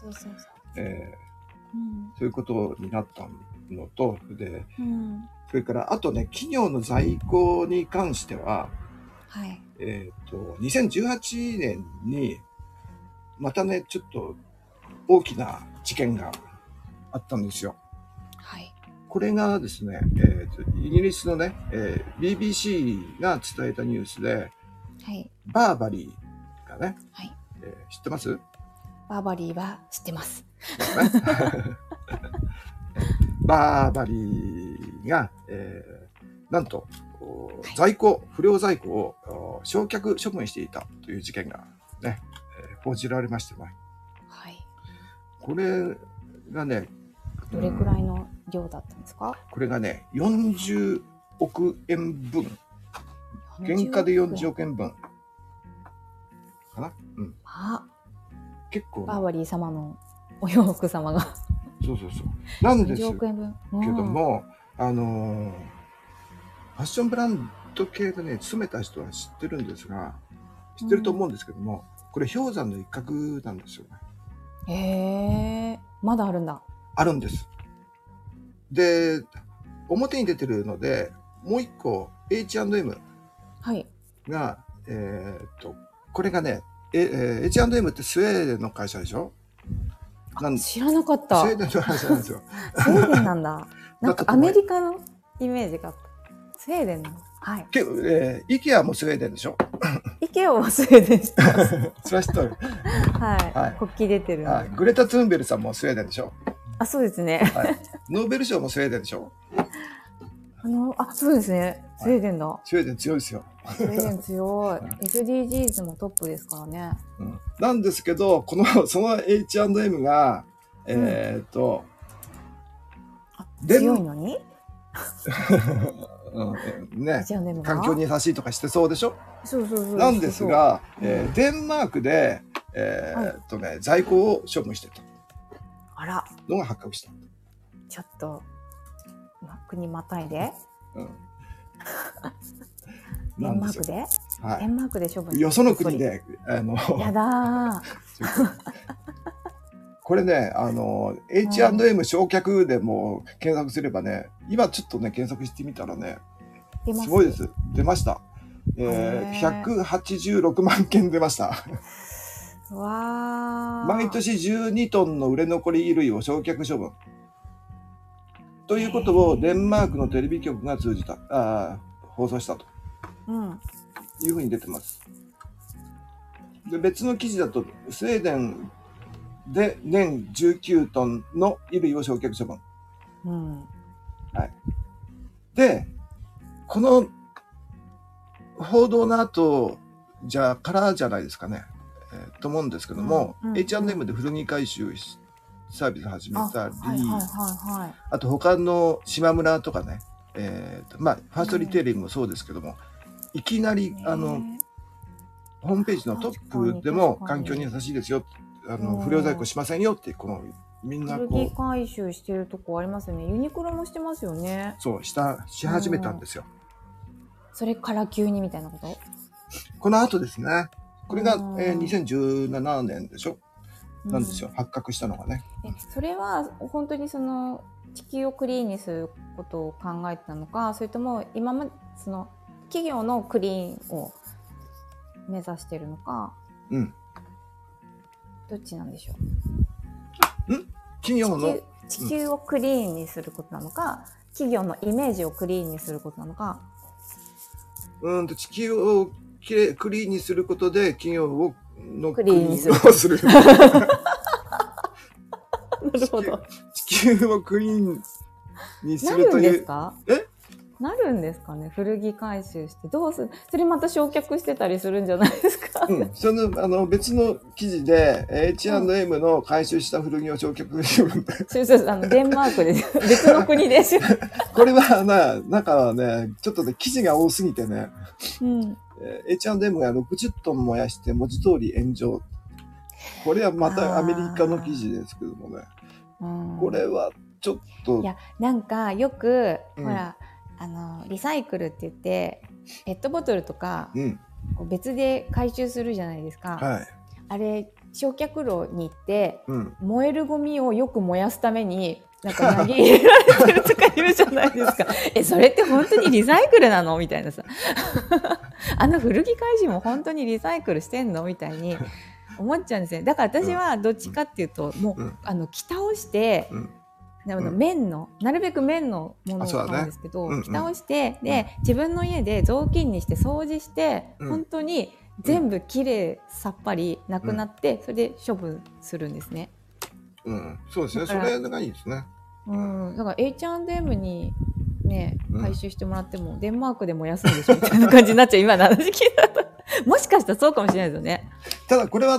そういうことになったのと、で、それからあとね、企業の在庫に関しては、2018年にまたね、ちょっと大きな事件があったんですよ。これがですね、イギリスのね、BBC が伝えたニュースで、バーバリーがね、知ってます？
バーバリーは知ってます。
バーバリーが、なんと不良在庫を焼却処分していたという事件がね、報じられましてね。これがね、
どれくらいの量だったんですか？
これがね、40億円分。原価で40億円分。かな？結構。
バーバリー様のお洋服様が。
そう。なんですけども、ファッションブランド系でね、勤めた人は知ってるんですが、知ってると思うんですけども、これ氷山の一角なんですよ
ね。まだあるんだ。
あるんです。で、表に出てるので、もう一個 H&M が、これがね、H&M ってスウェーデンの会社でしょ？
知らなかった。
スウェーデンの会社なんですよ。
スウェーデンなんだ。なんかアメリカのイメージがあった。スウェーデンなの。
IKEA もスウェーデンでしょ
？IKEA もスウェーデンしてます。
それは知っとる。
国旗出てる。
グレタ・トゥーンベルさんもスウェーデンでしょ？
そうですね。
ノーベル賞もスウェーデンでしょ？
そうですね。スウェーデンだ。
スウェーデン強いですよ。
スウェーデン強い。SDGs もトップですからね。
なんですけど、その H&M が、
強いのに
ね、環境に優しいとかしてそうでしょ？
そう。
なんですが、デンマークで、在庫を処分してたのが発覚した。
ちょっと国またいで、デンマークで、デンマークで処分。
よその国で
やだ
これね、H&M 焼却でも検索すればね、今ちょっとね、検索してみたらね、すごいです。出ました。186万件出ました。毎年12トンの売れ残り衣類を焼却処分。ということをデンマークのテレビ局が放送したと。いうふうに出てます。で、別の記事だと、スウェーデンで年19トンの衣類を焼却処分。
うん。
はい。で、この報道の後、じゃあからじゃないですかね。と思うんですけども、H&M で古着回収サービス始めたり、あと他の島村とかね、まあ、ファーストリテイリングもそうですけども、いきなり、ホームページのトップでも環境に優しいですよ、不良在庫しませんよって、この、みんなこう。
古着回収してるとこありますよね。ユニクロもしてますよね。
そう、し始めたんですよ。
それから急にみたいなこと？
この後ですね。これが、2017年でしょ、なんですよ、発覚したのがね。
それは本当にその地球をクリーンにすることを考えてたのか、それとも今までその企業のクリーンを目指してるのか、
うん、
どっちなんでしょ
う？企業の
地球をクリーンにすることなのか、企業のイメージをクリーンにすることなのか。
地球をクリーンにすることで企業を
クリーンにする。なるほど。
地球をクリーンにするという。なるんです
か？なるんですかね。古着回収してどうする？それまた焼却してたりするんじゃないですか？
その別の記事で H&M の回収した古着を焼却してるんで。
そうデンマークで別の国で
これはなんかね、ちょっとね記事が多すぎてね。H&M が60トン燃やして文字通り炎上。これはまたアメリカの記事ですけどもね。これはちょっと。
いや、なんかよく、ほら、リサイクルって言って、ペットボトルとか、こう別で回収するじゃないですか。
はい。
あれ、焼却炉に行って、燃えるゴミをよく燃やすために、なんか投げ入れられてるとか言うじゃないですか。それって本当にリサイクルなのみたいなさ。古着回収も本当にリサイクルしてんのみたいに思っちゃうんですね。だから私はどっちかっていうと、もう、着倒して、綿の、なるべく綿のものを買うんですけど、着倒して、で、自分の家で雑巾にして掃除して、本当に全部きれいさっぱりなくなって、それで処分するんですね。
そうですね。それがいいですね。
だから H&M にね、回収してもらっても、デンマークで燃やすんでしょみたいな感じになっちゃう。今の話聞いたら。もしかしたらそうかもしれないですよね。
ただこれは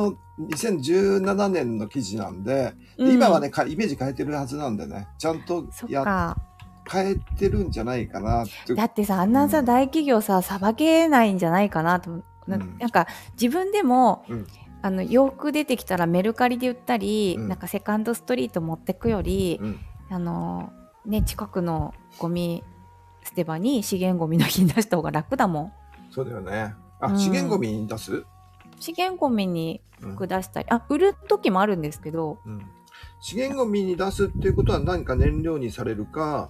2017年の記事なんで、今はねイメージ変えてるはずなんでね、ちゃんと変えてるんじゃないかなって。
だってさ、あんなさ、大企業さ、さばけないんじゃないかなと。なんか自分でも、洋服出てきたらメルカリで売ったり、なんかセカンドストリート持ってくより、近くのゴミ捨て場に資源ゴミの日に出した方が楽だもん。
そうだよね。資源ゴミに出す？
資源ゴミに服出したり、売る時もあるんですけど、
資源ゴミに出すっていうことは何か燃料にされるか、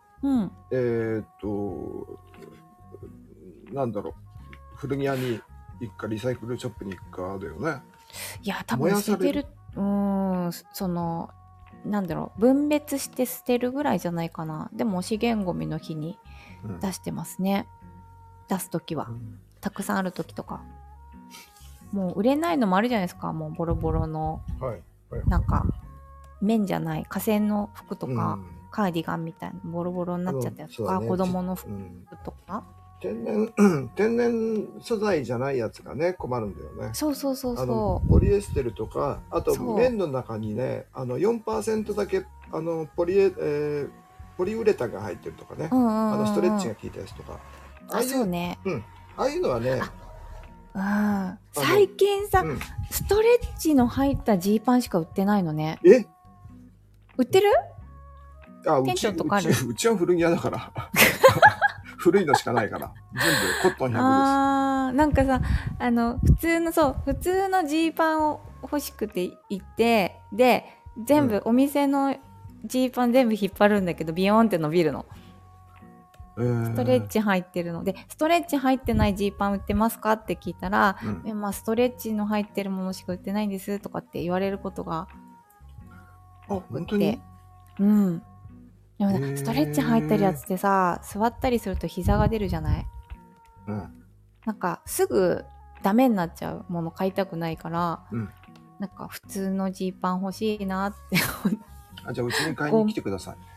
なんだろう、古着屋に行くかリサイクルショップに行くかだよね。
いや、多分捨てる、なんだろう、分別して捨てるぐらいじゃないかな。でも資源ゴミの日に出してますね。出す時は、たくさんある時とか。もう売れないのもあるじゃないですか。もうボロボロの、なんか綿じゃない化繊の服とか、カーディガンみたいなボロボロになっちゃったやつとか、子供の服とか。
天然素材じゃないやつがね困るんだよね。
そう
ポリエステルとか、あと綿の中にね4% だけポリウレタンが入ってるとかね、ストレッチが効いたやつとか、
そうね、
ああいうのはね、
最近さ、ストレッチの入ったジーパンしか売ってないのね。売ってる？
テンションとかある？うちは古着屋だから古いのしかないから全部コットン100です。
なんかさ、普通のジーパンを欲しくて行って、で全部、お店のジーパン全部引っ張るんだけどビヨーンって伸びるの。ストレッチ入ってるので、ストレッチ入ってないジーパン売ってますかって聞いたら、ストレッチの入ってるものしか売ってないんですとかって言われることが
本当に？
でもストレッチ入ってるやつってさ、座ったりすると膝が出るじゃない？なんかすぐダメになっちゃうもの買いたくないから、なんか普通のジーパン欲しいなって
じゃあうちに買いに来てください。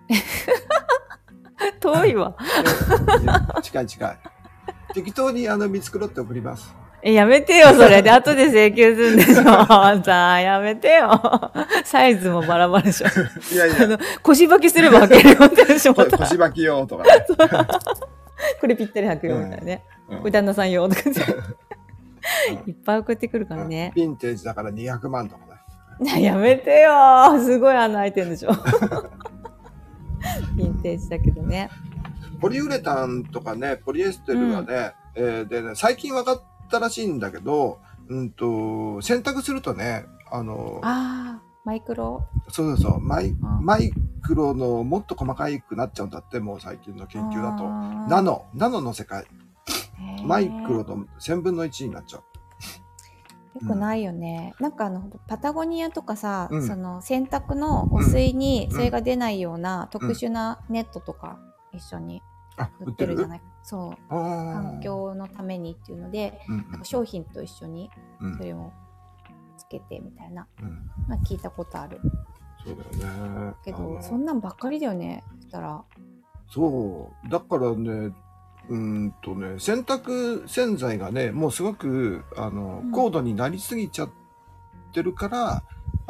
遠いわ。
近い近い。適当に見繕って送ります。
やめてよ、それで。後で請求するんでしょ。さあ、やめてよ。サイズもバラバラでしょ。
いやいや。
腰履きすれば履けるよってでしょ。腰
履き用とか、ね。
これぴったり履くよみたいなね。これ旦那さん用とかいっぱい送ってくるからね。
ヴィンテージだから200万とか
ね。やめてよ。すごい穴開いてるんでしょ。ヴィンテージだけどね。
ポリウレタンとかね、ポリエステルはね、でね、最近分かったらしいんだけど、洗濯するとね、
マイクロ
そうそうそう、マイクロのもっと細かくなっちゃうんだって、もう最近の研究だと。ナノの世界。マイクロの1000分の1になっちゃう。
よくないよね。なんかパタゴニアとかさ、その洗濯の汚水にそれが出ないような特殊なネットとか一緒に売ってるじゃない。そう。環境のためにっていうので、なんか商品と一緒にそれをつけてみたいな、聞いたことある。
そうだよね。
けどそんなんばっかりだよね。したら。
そうだからね。洗濯洗剤がね、もうすごく高度になりすぎちゃってるから、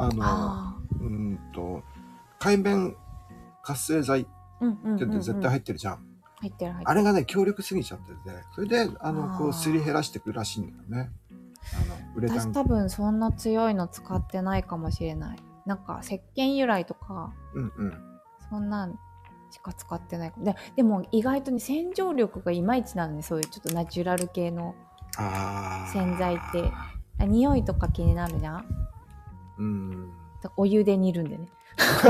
界面活性剤って絶対入ってるじゃん。
入ってる。
あれがね、強力すぎちゃってて、それでこうすり減らしていくらしいんだよね。
私多分そんな強いの使ってないかもしれない。なんか石鹸由来とか、そんなんしか使ってない。でも意外とね、洗浄力がいまいちなのね。そういうちょっとナチュラル系の洗剤って匂いとか気になるじゃん。お湯で煮るんでね。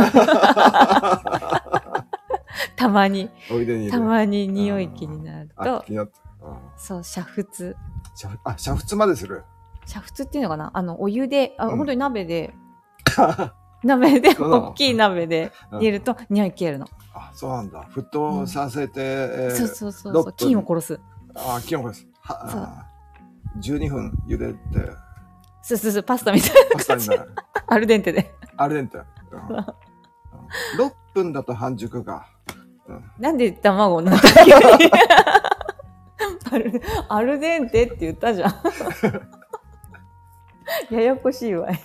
たまに匂い気になると、そう、煮沸
までする。
煮沸っていうのかな、お湯で、本当に鍋で大きい鍋で煮ると匂い消えるの。
そうなんだ。沸騰させて、
そう、菌を殺す。
菌を殺す。12分茹でて。
そう、パスタみたいな感じ。アルデンテで。
アルデンテ。6分だと半熟か。
なんで卵になったっけ？アルデンテって言ったじゃん。ややこしいわい。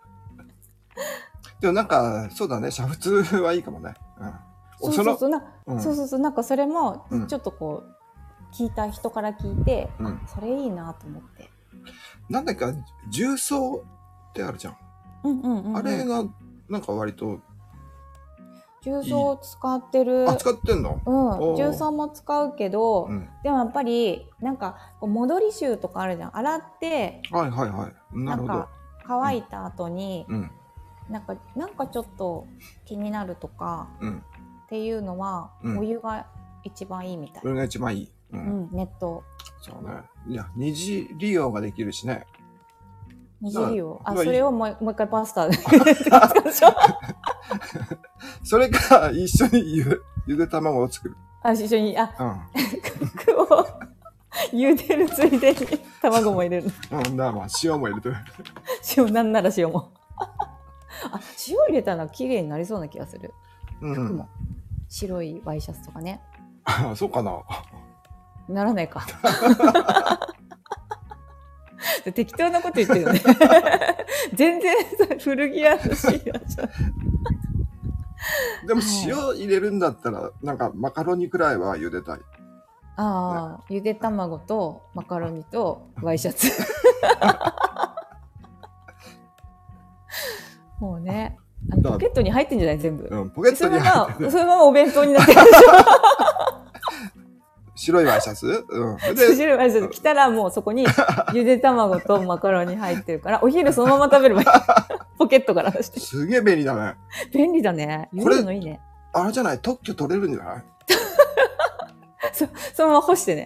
でもなんかそうだね、煮沸はいいかもね。
そうなんかそれもちょっとこう聞いた人から聞いて、それいいなと思って。
なんだか重曹ってあるじゃん。あれがなんか割と
重曹使ってる。
使ってんの？
重曹も使うけど、でもやっぱりなんか戻り臭とかあるじゃん。洗ってなんか乾いた後になんかちょっと気になるとかっていうのはお湯が一番いいみたい。
お湯が一番いい。
熱湯。
そうね。いや、二次利用ができるしね。
二次利用。それをもう一回パスタで。
それか一緒にゆで卵を作る。
一緒に茹でるついでに卵も入れる。
塩も入れてる。
なんなら塩も。塩入れたら綺麗になりそうな気がする。服も白いワイシャツとかね。
そうかな。
ならないか。適当なこと言ってるよね。全然古着屋のしいやつ。
でも塩入れるんだったらなんかマカロニくらいは茹でたい。
ゆで卵とマカロニとワイシャツ。もうね、ポケットに入ってんじゃない全部。
ポケットに入ってる。
そのままお弁当になってるでしょ。
白いワイシャツ？
白いワイシャツ着たらもうそこにゆで卵とマカロニ入ってるから、お昼そのまま食べればいい。ポケットから出して。
すげえ便利だね。
便利だね。茹でるのいいね。
あれじゃない？特許取れるんじゃない？
そのまま干してね。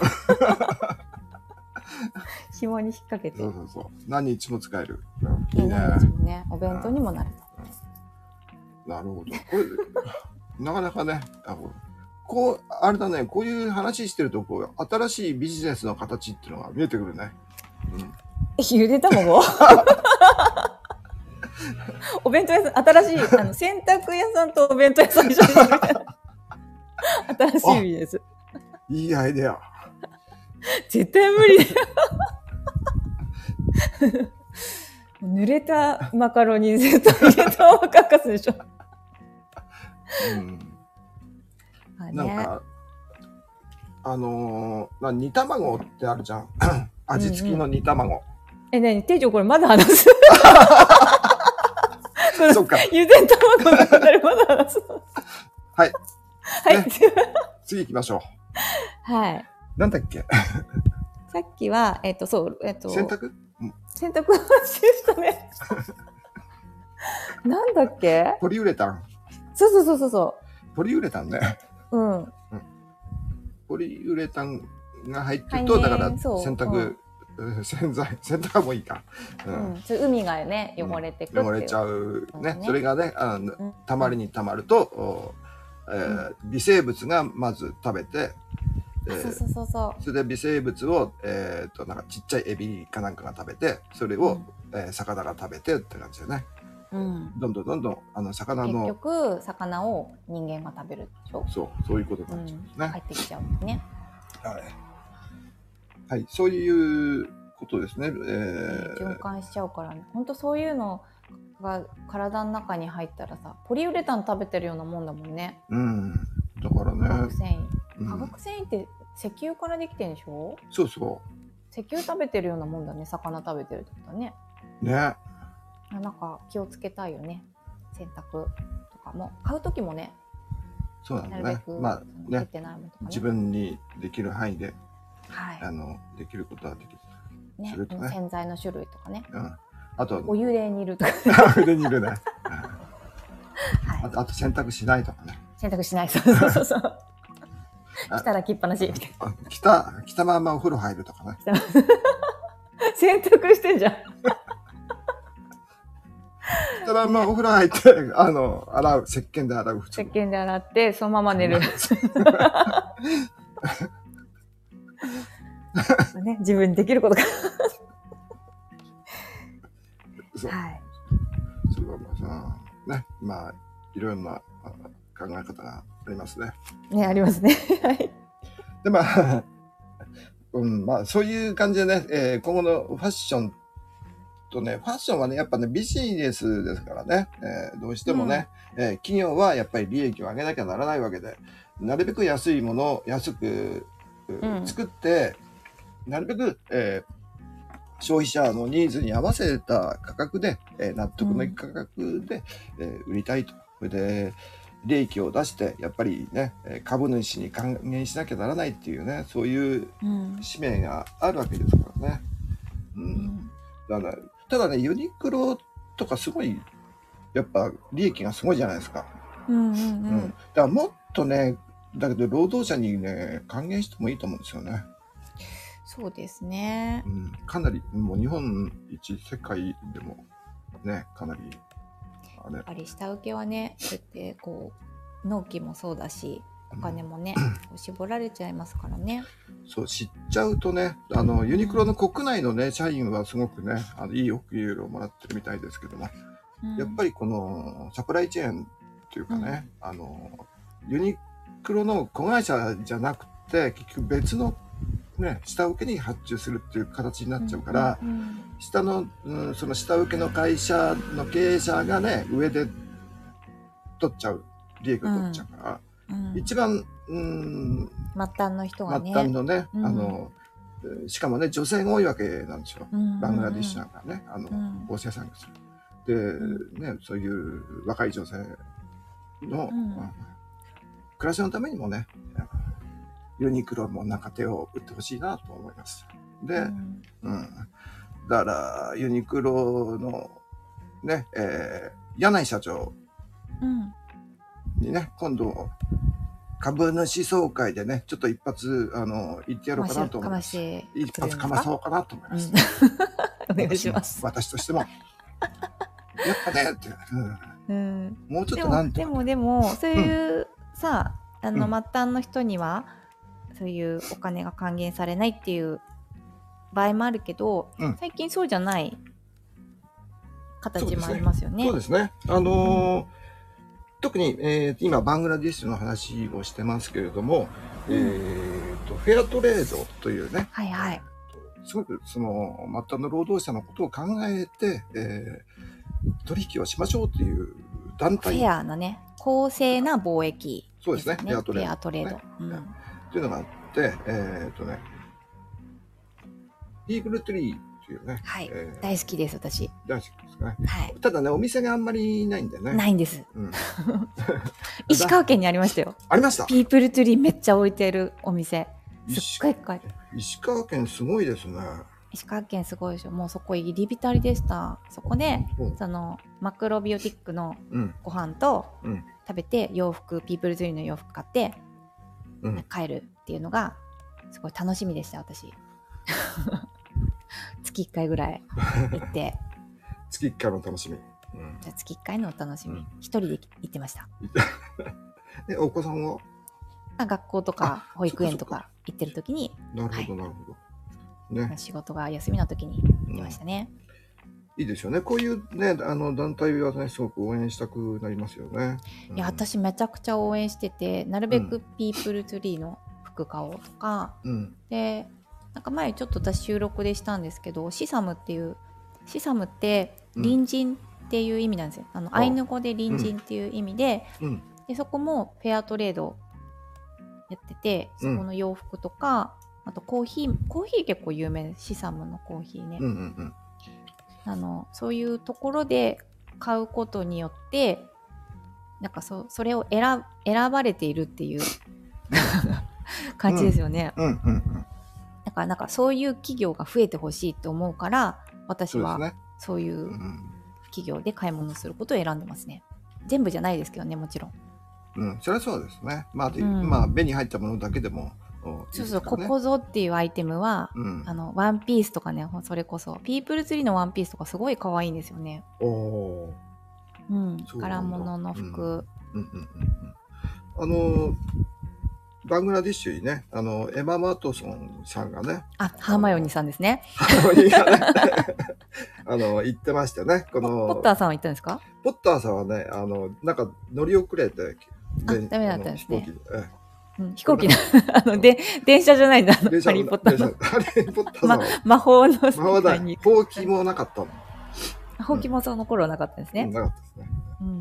紐に引っ掛けて。
そう。何日も使える。
いいね。何日もね。お弁当にもなる
と。なるほど。これ、なかなかね、あれだね、こういう話してると、新しいビジネスの形っていうのが見えてくるね。
ゆで卵？ お弁当屋さん、新しい洗濯屋さんとお弁当屋さん一緒にするみたいな新しいビジネス。
いいアイデア。
絶対無理だよ濡れたマカロニに絶対入れたままかかすでしょ。
なんか煮卵ってあるじゃん。味付きの煮卵。
ね、店長これまだ話す
そっか。
ゆで卵のくだりまだ話す
はい。
はい。
次行きましょ
う。はい。
なんだっけ
さっきは、そう、
洗濯
の話したね。なんだっけ
ポリウレタン。
そう。
ポリウレタンね。ポリウレタンが入ってると、だから洗濯はもういいか。
海がね、汚れてくる。
汚れちゃうね。それがね、たまりにたまると、微生物がまず食べて、それで微生物を、なんかちっちゃいエビかなんかが食べて、それを、魚が食べてって感じでね。どんどん魚の
結局魚を人間が食べるでしょ。
そういうことになっちゃうんですね。
入ってきちゃうんですね。
はい、そういうことですね。
循環しちゃうからね。本当そういうのが体の中に入ったらさ、ポリウレタン食べてるようなもんだもんね。
だからね。
化学繊維。化学繊維って石油からできてるんでしょ。
そう。
石油食べてるようなもんだね。魚食べてるってことだね。
ね。
なんか気をつけたいよね。洗濯とかも買う時もね。
そうなんだね。まあね、自分にできる範囲で、できることはできる。
ね、洗剤の種類とかね。
あと
お湯で煮るとか。
お湯で煮るね。あと洗濯しないとかね。
洗濯しない。そう。来たら切っぱなしみたいな。
来たままお風呂入るとかね。
洗濯してんじゃん。
来たままお風呂入って、洗う。石鹸で洗う。
石鹸で洗って、そのまま寝る。ね、自分にできることか。
そう。それはまあさ、ね、まあ、いろんな考え方がありますね。
ね、ありますね。はい。
で、まあ、まあ、そういう感じでね、今後のファッションとね、ファッションはね、やっぱね、ビジネスですからね、どうしてもね、企業はやっぱり利益を上げなきゃならないわけで、なるべく安いものを安く作って、なるべく、消費者のニーズに合わせた価格で、納得のいく価格で、売りたいと。それで、利益を出して、やっぱりね、株主に還元しなきゃならないっていうね、そういう使命があるわけですからね。だからただね、ユニクロとかすごい、やっぱ利益がすごいじゃないですか。だからもっとね、だけど労働者にね、還元してもいいと思うんですよね。
そうですね。
かなり、もう日本一、世界でもね、かなり。
やっぱり下請けはね、そうやってこう、納期もそうだし、お金もね、絞られちゃいますからね。
そう、知っちゃうとね、ユニクロの国内のね、社員はすごくね、いいお給料をもらってるみたいですけども、やっぱりこのサプライチェーンというかね、ユニクロの子会社じゃなくて、結局別のね、下請けに発注するっていう形になっちゃうから、下の、その下請けの会社の経営者がね、上で取っちゃう、利益を取っちゃうから、一番、
末端の人がね。
末端のね、しかもね、女性が多いわけなんですよ。バングラディッシュなんかね、合成産業する。で、ね、そういう若い女性の、暮らしのためにもね、ユニクロもなんか手を打ってほしいなと思います。で、だから、ユニクロのね、柳井社長にね、今度、株主総会でね、ちょっと一発、言ってやろうかなと思います。一発かまそうかなと思います。
お願いします。
私としても。やっぱね、って、もうちょっとなんて。
でも、そういうさ、末端の人には、そういうお金が還元されないっていう場合もあるけど、最近そうじゃない形もありますよね。
そうですね。特に、今バングラディッシュの話をしてますけれども、フェアトレードというね、
はいはい。
すごくその末端の労働者のことを考えて、取引をしましょうという団体。
フェアなね、公正な貿易、
そうですね。フェア
トレード。
というのがあって、ピープルトリーというね。
はい。大好きです、私。
大好きですね。
はい。
ただね、お店があんまりないんでね。
ないんです。石川県にありましたよ。
ありました。
ピープルトリーめっちゃ置いてるお店。すっごい深い。
石川県すごいですね。
石川県すごいでしょ。もうそこ入り浸りでした。そこで、そのマクロビオティックのご飯と食べて、洋服、ピープルトリーの洋服買って、帰るっていうのがすごい楽しみでした、私。月1回ぐらい行って。
月1回の楽しみ。
じゃあ月1回のお楽しみ。一人で行ってました。
お子さんは
学校とか保育園とか行ってる時に。
なるほど、なるほど。ね。
仕事が休みの時に行ってましたね。
いいですよね。こういうね、団体はね、すごく応援したくなりますよね。
いや、私めちゃくちゃ応援してて、なるべくピープルツリーの服買おうとか、で、なんか前ちょっと私収録でしたんですけど、シサムって隣人っていう意味なんですよ。アイヌ語で隣人っていう意味で、でそこもフェアトレードやってて、そこの洋服とか、あとコーヒー結構有名です。シサムのコーヒーね。そういうところで買うことによってなんかそれを選ばれているっていう感じですよね。だからなんかそういう企業が増えてほしいと思うから私はそういう企業で買い物することを選んでますね。全部じゃないですけどね、もちろん。
それはそうですね。まあ目に入ったものだけでも
そうそう、ここぞっていうアイテムは、ワンピースとかね、それこそピープルツリーのワンピースとかすごい可愛いんですよね。柄物の服。
バングラディッシュにね、エマ・マトソンさんがね、
ハーマイオニーさんですね。
言ってましたね。
ポッターさんは言ったんですか？
ポッターさんはね、なんか乗り遅れて、
ダメだったんですね。
飛行機で。
電車じゃないんだ。ハリー・ポッターの。
ハリー・ポッターさんは
魔法の世界に。
ほうきもなかったの。
ほうきもその頃はなかったですね。
なかったですね。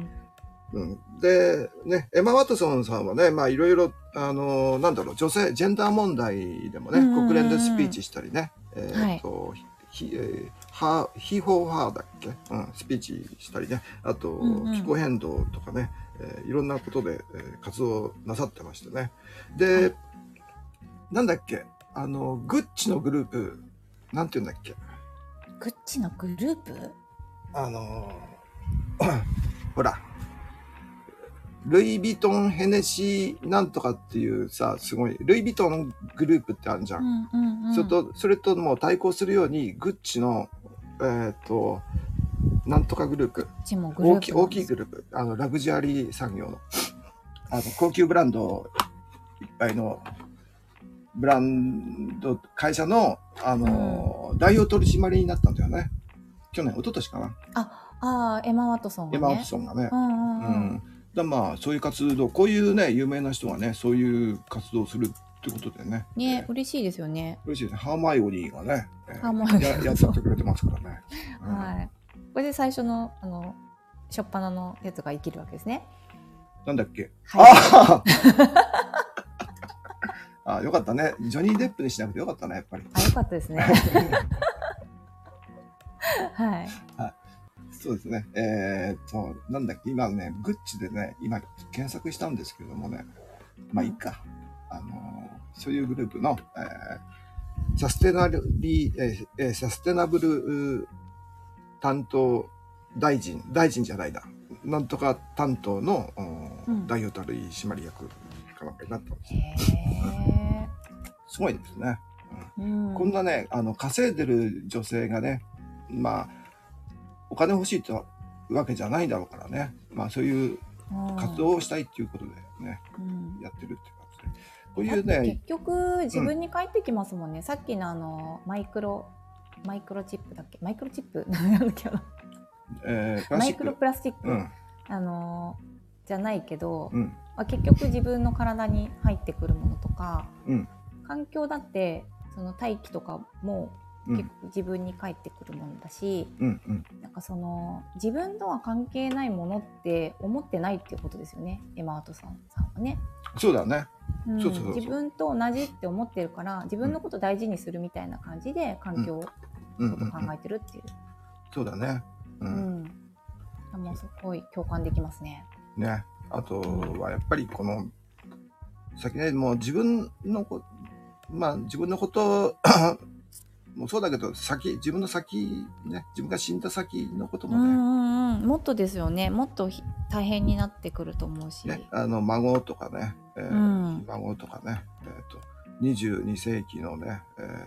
で、ね、エマ・ワトソンさんはね、まあいろいろ、なんだろう、ジェンダー問題でもね、国連でスピーチしたりね、ヒーホーハーだっけ、スピーチしたりね、あと、気候変動とかね、いろんなことで、活動なさってましてね。で、なんだっけ、グッチのグループ、なんて言うんだっけ。
グッチのグループ？
ほら、ルイ・ヴィトン・ヘネシーなんとかっていうさ、すごい、ルイ・ヴィトングループってあるじゃん。それともう対抗するように、グッチの、なんとかグループ。大きいグループ。ラグジュアリー産業の。高級ブランドいっぱいの、ブランド会社の、代表取締りになったんだよね。去年、一昨年かな。
エマ・ワトソンがね。
エマ・ワトソンがね。まあそういう活動、こういうね有名な人がねそういう活動をするってことでね。
嬉しいですよね。
嬉しいですね。ハーマイオニーがね、やってくれてますからね。
はい。これで最初の初っ端のやつが生きるわけですね。
なんだっけ。
はい、
よかったね。ジョニー・デップにしなくてよかったねやっぱり。
よかったですね。はい。
そうですね。なんだっけ、今ね、グッチでね、今検索したんですけれどもね、まあいいか。そういうグループの、サステナブル担当大臣じゃないな。なんとか担当の、代表取締役かなんかになったんですよ。すごいですね。こんなね、稼いでる女性がね、まあ、お金欲しいってわけじゃないだろうからね。まあそういう活動をしたいっていうことでね、やってるっていう感じで。こういうね。
結局自分に返ってきますもんね。さっきのマイクロチップだっけ？マイクロチップなんだっけな。 マイクロプラスチック、
うん、
じゃないけど、
うん、
まあ、結局自分の体に入ってくるものとか、
うん、
環境だってその大気とかも結構自分に返ってくるものだし、
うんうん、
なんかその自分とは関係ないものって思ってないっていうことですよね、エマートさんはね。
そうだね。
自分と同じって思ってるから自分のことを大事にするみたいな感じで環境のことを考えてるっていう。
そうだね。うん。
もうすごい共感できますね。
ね。あとはやっぱりこの先ね、もう自分のこともうそうだけど自分の先ね、自分が死んだ先のこともね、
もっとですよね。もっと大変になってくると思うし、
ね、孫とかね、孫とかね、22世紀のね、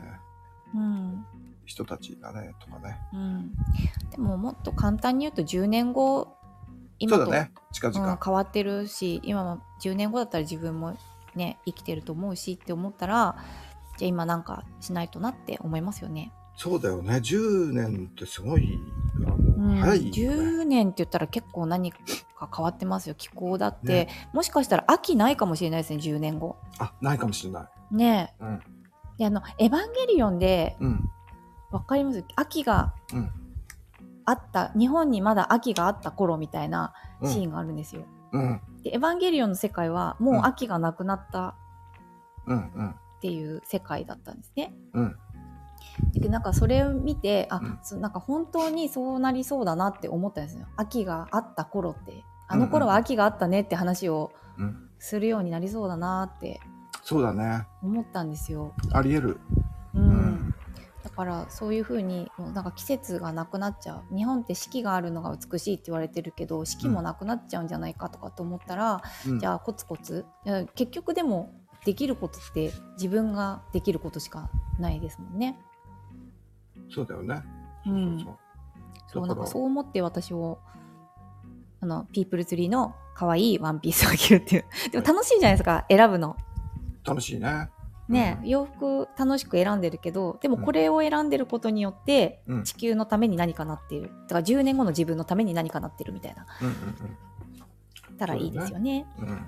人たちがねとかね、
でももっと簡単に言うと10年後
今とそうだね、近々、
変わってるし、今も10年後だったら自分もね生きてると思うしって思ったら、じゃあ今なんかしないとなって思いますよね。
そうだよね。10年ってすごい早いよね。
10年って言ったら結構何か変わってますよ。気候だって、もしかしたら秋ないかもしれないですね、10年後。
ないかもしれない。
ねえ。でエヴァンゲリオンで、わかります？秋があった、日本にまだ秋があった頃みたいなシーンがあるんですよ。でエヴァンゲリオンの世界はもう秋がなくなったっていう世界だったんですね。でなんかそれを見てなんか本当にそうなりそうだなって思ったんですよ。秋があった頃ってあの頃は秋があったねって話をするようになりそうだなって
そうだね
思ったんですよ。
ありえる。
だからそういう風になんか季節がなくなっちゃう。日本って四季があるのが美しいって言われてるけど四季もなくなっちゃうんじゃないかとかと思ったら、じゃあコツコツ結局でもできることって自分ができることしかないですもんね。
そうだよね。
そうなんかそう思って私をピープルツリーの可愛いワンピースを着るっていう。でも楽しいじゃないですか、選ぶの。
楽しいね。
洋服楽しく選んでるけど、でもこれを選んでることによって地球のために何かなっている。だから10年後の自分のために何かなってるみたいな。たらいいですよね。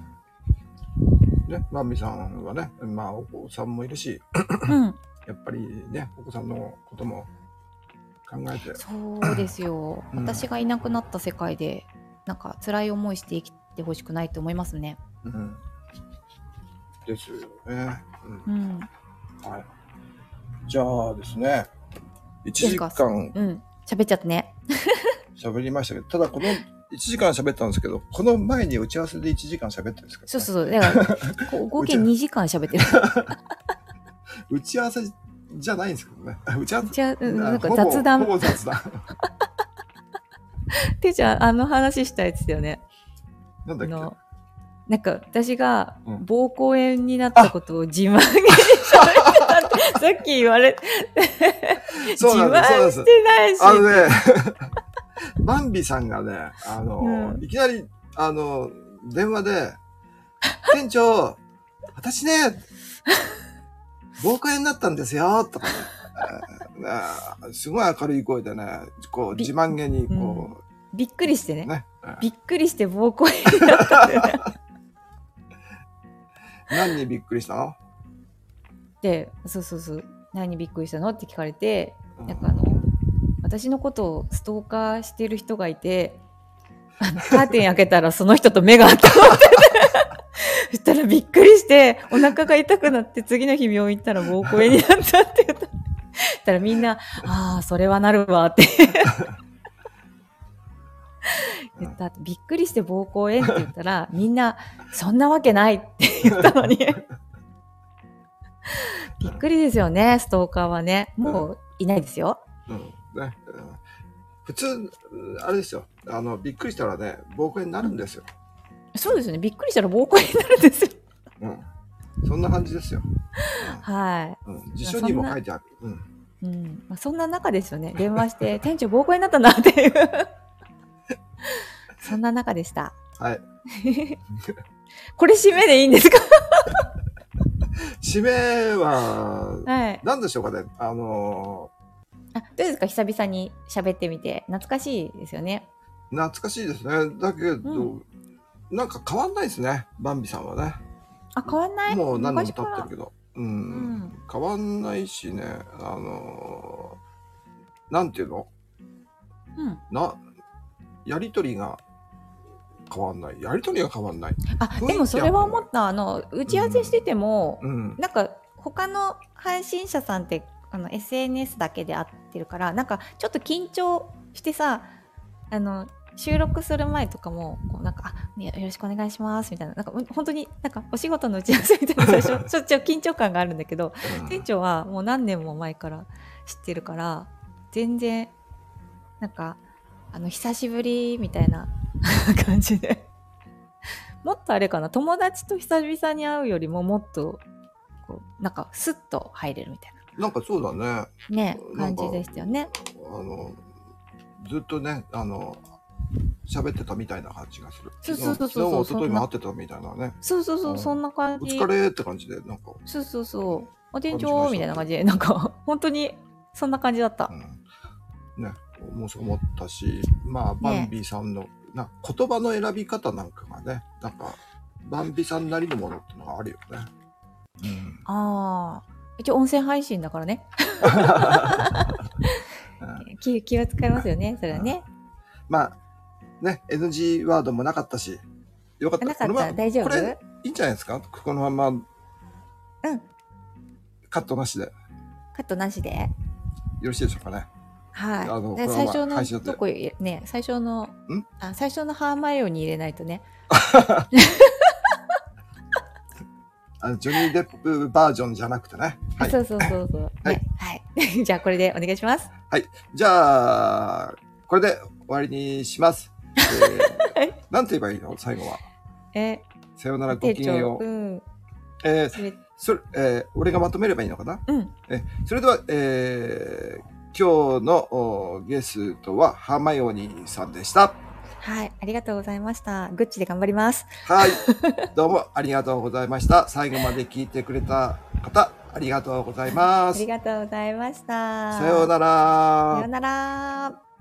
マミさんはね、お子さんもいるし、やっぱりね、お子さんのことも考えて。
そうですよ。私がいなくなった世界で、なんか辛い思いして生きてほしくないと思いますね。
ですよね。はい。じゃあですね、1時間。
喋っちゃってね。
喋りましたけど、ただこの1時間喋ったんですけど、この前に打ち合わせで1時間喋ってるんですけど、
そう。だから合計2時間喋ってる。
打ち合わせじゃないんですけどね。打ち合わせ
なんか雑談。
ほぼ雑談。
てちゃん、話したやつだよね。
なんだっけ？
なんか私が膀胱炎になったことを自慢げに喋ってたってさっき言われて自慢してないし。
バンビさんがね、いきなり電話で店長、私ね膀胱炎になったんですよとかね、すごい明るい声でね、こう自慢げにこう、
びっくりしてね、びっくりして膀胱炎になったんだよね。
何にびっくりしたの？
で、そう何にびっくりしたのって聞かれて、なんか私のことをストーカーしてる人がいて、カーテン開けたらその人と目が合ったのってそしたらびっくりしてお腹が痛くなって次の日病院行ったら膀胱炎になったって言ったらみんなそれはなるわって言った。びっくりして膀胱炎って言ったらみんなそんなわけないって言ったのにびっくりですよね。ストーカーはねもういないですよ。
普通あれですよ、びっくりしたらね膀胱炎になるんですよ。
そうですね、びっくりしたら膀胱炎になるんですよ。
そんな感じですよ。
はい。
辞書にも書いてある。
そんな中ですよね。電話して店長膀胱炎になったなっていうそんな中でした。
はい。
これ締めでいいんですか？
締めは何でしょうかね。
どうですか、久々に喋ってみて。懐かしいですよね。
懐かしいですね。だけど、
うん、
なんか変わんないですね、バンビさんはね。
変わんない。
もう何年も経
昔から。
ってるけど。
うん。
変わんないしね、なんていうの
うん。
やりとりが変わんない。やりとりが変わんない。
でもそれは思った。打ち合わせしてても、なんか他の配信者さんってSNS だけで会ってるから、なんかちょっと緊張してさ、収録する前とかもこうなんかよろしくお願いしますみたいな、なんか本当になんかお仕事の打ち合わせみたいな最初ちょっと緊張感があるんだけど、店長はもう何年も前から知ってるから全然なんか久しぶりみたいな感じでもっとあれかな、友達と久々に会うよりももっとこうなんかスッと入れるみたいな。
なんかそうだね。
ね、感じでしたよね。
ずっとね、喋ってたみたいな感じがする。
そうそうそう
昨日も
そう。
一昨日も会ってたみたいなね。
そうそうそう、そんな感じ。
お疲れって感じで、なんか。
そうそうそう。お店長みたいな感じで、なんか、本当にそんな感じだった。
ね、もうそう思ったし、まあ、バンビさんの、言葉の選び方なんかがね、なんか、バンビさんなりのものってのがあるよね。
一応音声配信だからね。気を使いますよね、それはね。
まあ、ね、NG ワードもなかったし、よかった。
なかった、大丈夫？
これ、いいんじゃないですか？このまま、カットなしで。
カットなしでよ
ろしいでしょうかね。
はい。最初のとこね、最初のハーマイオニー入れないとね。
ジョニー・デップバージョンじゃなくてね。
はい、そうそうそうそう。はい。はい、じゃあこれでお願いします。
はい。じゃあ、これで終わりにします。なんて言えばいいの？最後は。さよなら、ごきげんよう。俺がまとめればいいのかな？それでは、今日のゲストはハーマイオニーさんでした。
はい、ありがとうございました。グッチで頑張ります。
はい、どうもありがとうございました。最後まで聞いてくれた方、ありがとうございます。
ありがとうございました。
さようなら。
さようなら。